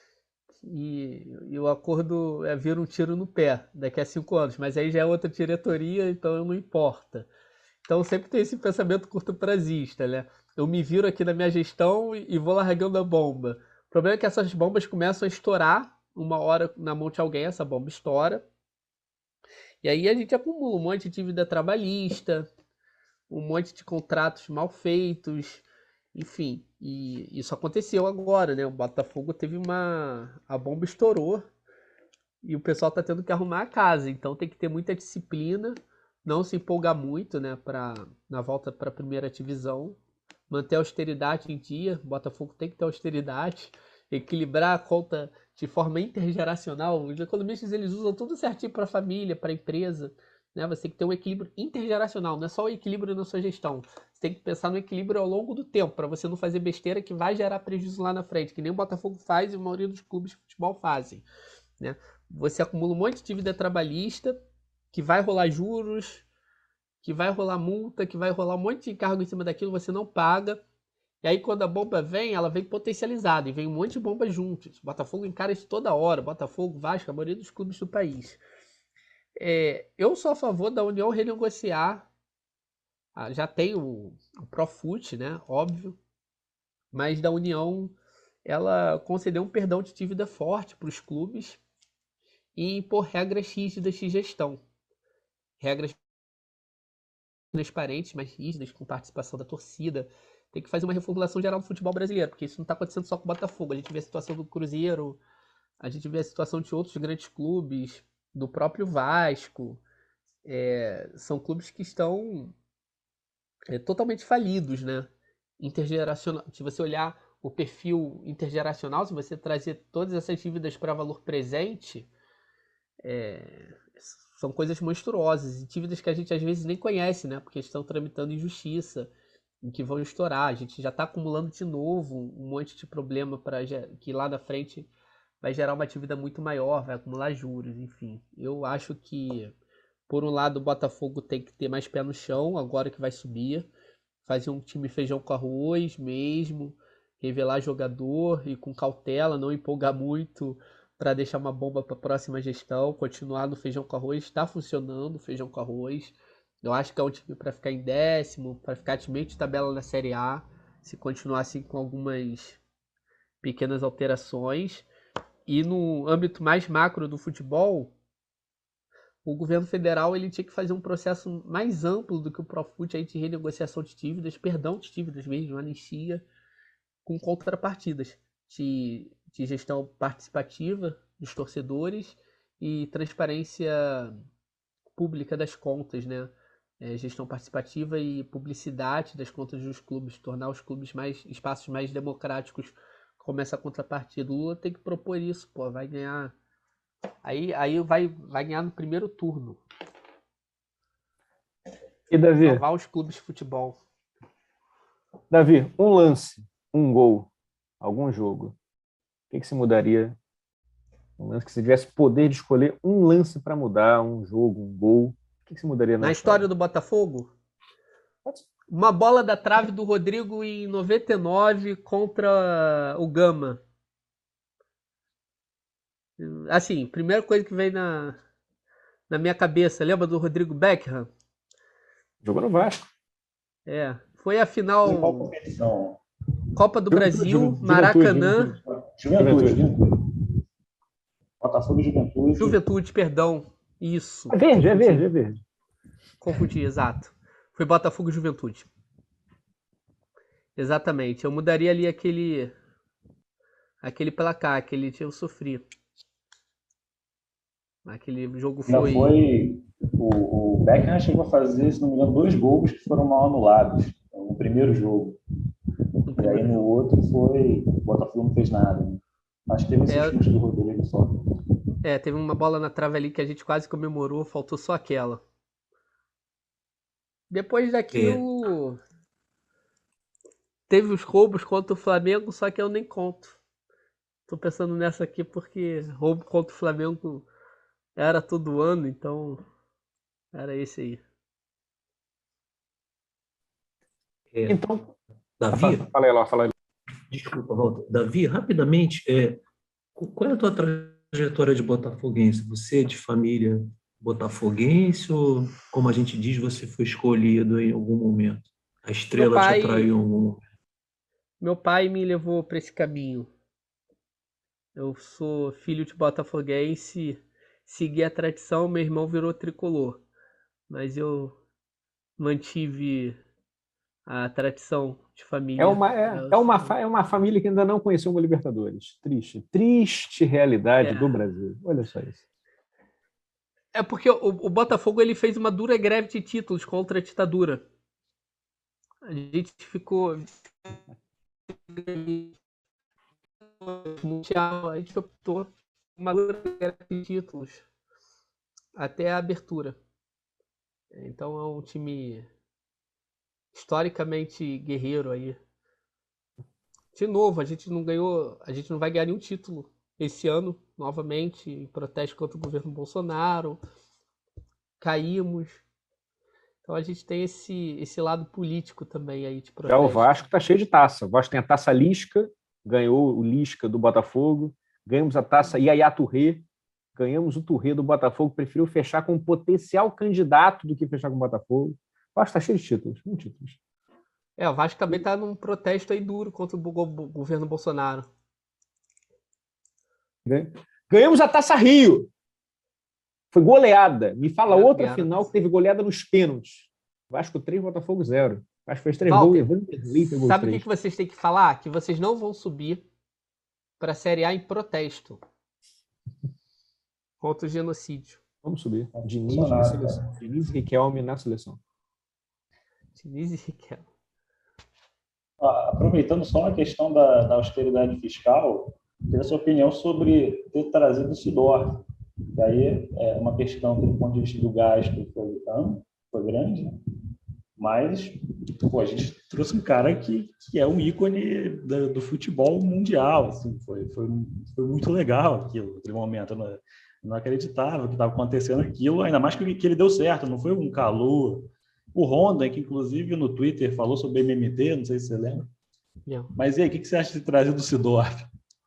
S2: e, e o acordo é vir um tiro no pé daqui a cinco anos, mas aí já é outra diretoria, então não importa. Então sempre tem esse pensamento curto-prazista, né? Eu me viro aqui na minha gestão e, e vou largando a bomba. O problema é que essas bombas começam a estourar, uma hora na mão de alguém essa bomba estoura, e aí a gente acumula um monte de dívida trabalhista, um monte de contratos mal feitos, enfim, e isso aconteceu agora, né? O Botafogo teve uma... a bomba estourou e o pessoal tá tendo que arrumar a casa, então tem que ter muita disciplina, não se empolgar muito, né, pra... na volta para a primeira divisão, manter a austeridade em dia, o Botafogo tem que ter austeridade, equilibrar a conta de forma intergeracional. Os economistas eles usam tudo certinho para a família, para a empresa, né? Você tem que ter um equilíbrio intergeracional, não é só o equilíbrio na sua gestão. Você tem que pensar no equilíbrio ao longo do tempo, para você não fazer besteira que vai gerar prejuízo lá na frente, que nem o Botafogo faz e a maioria dos clubes de futebol fazem, né? Você acumula um monte de dívida trabalhista, que vai rolar juros, que vai rolar multa, que vai rolar um monte de encargo em cima daquilo, você não paga. E aí quando a bomba vem, ela vem potencializada e vem um monte de bombas juntas. O Botafogo encara isso toda hora. Botafogo, Vasco, a maioria dos clubes do país. É, eu sou a favor da União renegociar. Ah, já tem o, o Profut, né? Óbvio. Mas da União, ela concedeu um perdão de dívida forte para os clubes e impor regras rígidas de gestão. Regras transparentes, mais rígidas, com participação da torcida. Tem que fazer uma reformulação geral do futebol brasileiro, porque isso não está acontecendo só com o Botafogo. A gente vê a situação do Cruzeiro, a gente vê a situação de outros grandes clubes, do próprio Vasco. É, são clubes que estão é, totalmente falidos, né? Intergeracional. Se você olhar o perfil intergeracional, se você trazer todas essas dívidas para valor presente, é, são coisas monstruosas. E dívidas que a gente às vezes nem conhece, né? Porque estão tramitando em justiça, em que vão estourar. A gente já está acumulando de novo um monte de problema para que lá na frente vai gerar uma dívida muito maior, vai acumular juros, enfim. Eu acho que, por um lado, o Botafogo tem que ter mais pé no chão, agora que vai subir, fazer um time feijão com arroz mesmo, revelar jogador e com cautela, não empolgar muito para deixar uma bomba para a próxima gestão, continuar no feijão com arroz. Está funcionando o feijão com arroz. Eu acho que é um time para ficar em décimo, para ficar de meio de tabela na Série A, se continuar assim com algumas pequenas alterações. E no âmbito mais macro do futebol, o governo federal ele tinha que fazer um processo mais amplo do que o Profut aí de renegociação de dívidas, perdão de dívidas mesmo, anistia, com contrapartidas de, de gestão participativa dos torcedores e transparência pública das contas, né? É, gestão participativa e publicidade das contas dos clubes, tornar os clubes mais espaços mais democráticos como essa contrapartida. O Lula tem que propor isso, pô, vai ganhar. Aí, aí vai, vai ganhar no primeiro turno.
S3: E Davi?
S2: Salvar os clubes de futebol.
S3: Davi, um lance, um gol, algum jogo. O que, que se mudaria? Um lance que você tivesse poder de escolher um lance para mudar, um jogo, um gol. O que, que se mudaria na,
S2: na história do Botafogo? Uma bola da trave do Rodrigo em noventa e nove contra o Gama. Assim, primeira coisa que vem na, na minha cabeça, lembra do Rodrigo Beckham?
S3: Jogou no Vasco.
S2: É, foi a final.
S1: Qual competição?
S2: Copa do
S3: Juventude,
S2: Brasil,
S3: Juventude,
S2: Maracanã.
S1: Juventude, Juventude. Botafogo e Juventude.
S2: Juventude, perdão. Isso.
S3: É verde, é
S2: Confundi.
S3: verde, é verde.
S2: Confundi, exato. Foi Botafogo e Juventude. Exatamente. Eu mudaria ali aquele aquele placar, aquele eu sofri. Aquele jogo
S1: Ainda
S2: foi
S1: foi. O, o Beckham chegou a fazer, se não me engano, dois gols que foram mal anulados no primeiro jogo.
S2: no
S1: E aí
S2: primeiro
S1: no
S2: jogo.
S1: outro foi. O Botafogo não fez nada. Né? Acho que teve esse
S2: É,
S1: chute do Rodrigo só.
S2: é, teve uma bola na trave ali que a gente quase comemorou, faltou só aquela. Depois
S4: É,
S2: daquilo, teve os roubos contra o Flamengo, só que eu nem conto. Tô pensando nessa aqui porque roubo contra o Flamengo era todo ano, então era esse aí.
S4: é,
S3: Então,
S4: Davi,
S3: fa- fala aí, Ló, fala aí.
S4: desculpa, Walter. Davi, rapidamente, é, qu- qual é a tua trajetória de botafoguense? Você é de família botafoguense ou, como a gente diz, você foi escolhido em algum momento? A
S2: Meu
S4: estrela te atraiu
S2: pai,
S4: em algum momento?
S2: meu pai me levou para esse caminho. Eu sou filho de botafoguense, segui a tradição, meu irmão virou tricolor, mas eu mantive a tradição de
S3: É
S2: família.
S3: uma, é,
S2: Eu
S3: é, uma,
S2: sou-
S3: fa- é uma família que ainda não conheceu uma Libertadores. Triste. Triste realidade do
S2: é.
S3: Brasil. Olha só isso.
S2: É porque o, o Botafogo ele fez uma dura greve de títulos contra a ditadura. A gente ficou mundial, a gente optou por uma dura greve de títulos até a abertura. Então é um time historicamente guerreiro aí. De novo, a gente não ganhou, a gente não vai ganhar nenhum título esse ano, novamente, em protesto contra o governo Bolsonaro. Caímos. Então a gente tem esse, esse lado político também aí de
S3: Já o
S2: protesto.
S3: Vasco está cheio de taça. O Vasco tem a taça Lisca, ganhou o Lisca do Botafogo, ganhamos a taça Yaya Touré, ganhamos o Touré do Botafogo, preferiu fechar com um potencial candidato do que fechar com o Botafogo. O Vasco está cheio de títulos, muitos títulos.
S2: É, o Vasco também tá num protesto aí duro contra o go- governo Bolsonaro.
S3: Ganhamos a taça Rio. Foi goleada. Me fala
S2: É,
S3: outra
S2: ganharam.
S3: final que teve goleada nos pênaltis. Vasco três, Botafogo zero. Vasco fez três gols e
S2: Walter,
S3: Vanderlei pegou os
S2: sabe o que,
S3: três.
S2: que vocês têm que falar? Que vocês não vão subir para a Série A em protesto contra o genocídio.
S3: Vamos subir. Diniz na
S1: Bolsonaro,
S3: seleção.
S1: cara.
S3: Diniz e Riquelme na seleção.
S2: Diniz e Riquelme.
S1: Ah, aproveitando só a questão da, da austeridade fiscal, queria a sua opinião sobre ter trazido o Sidor. E aí é uma questão do ponto de vista do gasto foi, amplo, foi grande, né? Mas pô, a gente trouxe um cara que, que é um ícone do, do futebol mundial. Assim, foi, foi, foi muito legal aquilo, naquele momento. Eu não, não acreditava que estava acontecendo aquilo, ainda mais que, que ele deu certo, não foi um calor. O Honda, que inclusive no Twitter falou sobre M M T, não sei se você lembra.
S2: Não.
S1: Mas e aí, o que, que você acha de trazer do Sidorf?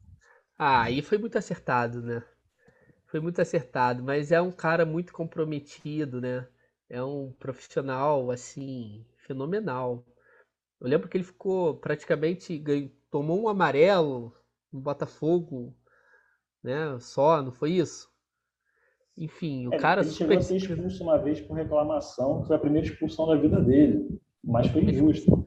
S2: Ah, aí foi muito acertado, né? Foi muito acertado, mas é um cara muito comprometido, né? É um profissional, assim, fenomenal. Eu lembro que ele ficou praticamente, ganhou, tomou um amarelo no Botafogo, né? Só, não foi isso? Enfim, o
S1: É,
S2: cara
S1: ele chegou
S2: super
S1: a ser
S2: disciplinado.
S1: expulso uma vez por reclamação, que foi a primeira expulsão da vida dele. Mas foi injusto.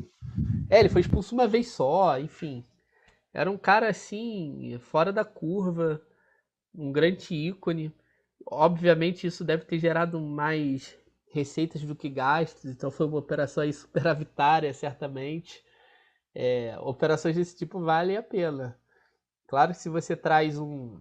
S2: É, ele foi expulso uma vez só, enfim. Era um cara assim, fora da curva, um grande ícone. Obviamente isso deve ter gerado mais receitas do que gastos, então foi uma operação aí superavitária, certamente. É, operações desse tipo valem a pena. Claro que se você traz um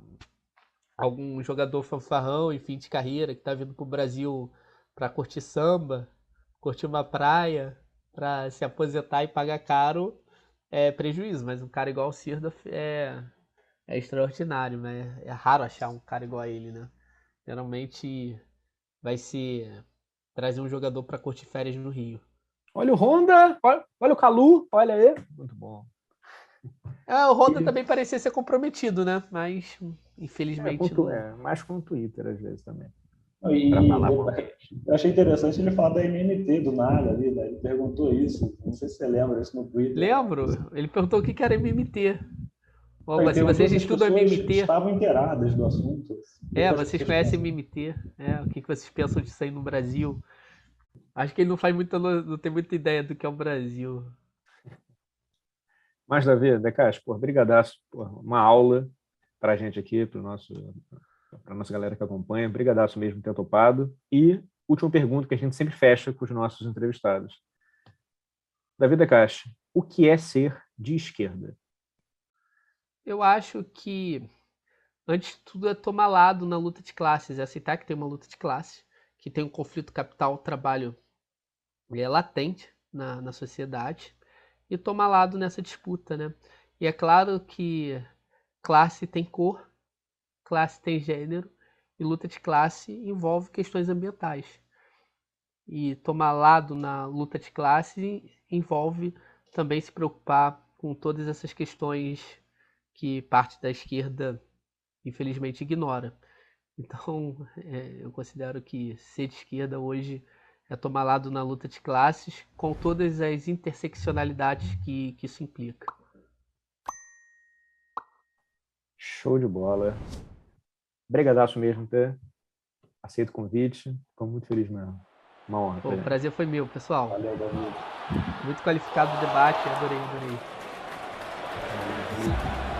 S2: algum jogador fanfarrão em fim de carreira que está vindo para o Brasil para curtir samba, curtir uma praia, para se aposentar e pagar caro, é prejuízo. Mas um cara igual o Sirda é, é extraordinário, né? É raro achar um cara igual a ele, né? Geralmente vai ser trazer um jogador para curtir férias no Rio.
S3: Olha o Honda, olha, olha o Calu, olha aí. Muito bom.
S2: É, o Honda também parecia ser comprometido, né? Mas
S3: É,
S2: infelizmente
S3: com,
S2: não.
S3: é, mais com o Twitter às vezes também. Para
S1: E
S3: falar
S1: eu,
S3: mal.
S1: eu achei interessante ele falar da M M T do nada ali, né? Ele perguntou isso, não sei se você lembra isso no Twitter.
S2: Lembro, ele perguntou o que que era M M T. Algo
S1: Ele
S2: assim,
S1: perguntou
S2: vocês
S1: se as
S2: estudam
S1: pessoas
S2: M M T?
S1: estavam inteiradas do assunto.
S2: É,
S1: Poucas
S2: vocês
S1: pessoas
S2: conhecem
S1: pensam.
S2: M M T? É, o que que vocês pensam disso aí no Brasil? Acho que ele não faz muita, não tem muita ideia do que é o Brasil.
S3: Mas, Davi, Decache, pô, brigadaço, pô, uma aula para a gente aqui, para a nossa galera que acompanha. Brigadaço mesmo por ter topado. E última pergunta que a gente sempre fecha com os nossos entrevistados. Davi Decache, o que é ser de esquerda?
S2: Eu acho que, antes de tudo, é tomar lado na luta de classes, é aceitar que tem uma luta de classes, que tem um conflito capital-trabalho é, latente na, na sociedade, e tomar lado nessa disputa, né? E é claro que classe tem cor, classe tem gênero, e luta de classe envolve questões ambientais. E tomar lado na luta de classe envolve também se preocupar com todas essas questões que parte da esquerda, infelizmente, ignora. Então, é, eu considero que ser de esquerda hoje é tomar lado na luta de classes, com todas as interseccionalidades que, que isso implica.
S3: Show de bola. Brigadaço mesmo ter aceito o convite. Fico muito feliz mesmo. Uma honra.
S2: Bom, o prazer foi meu, pessoal.
S3: Valeu, Davi.
S2: Muito qualificado o debate, adorei, adorei.
S3: Valeu.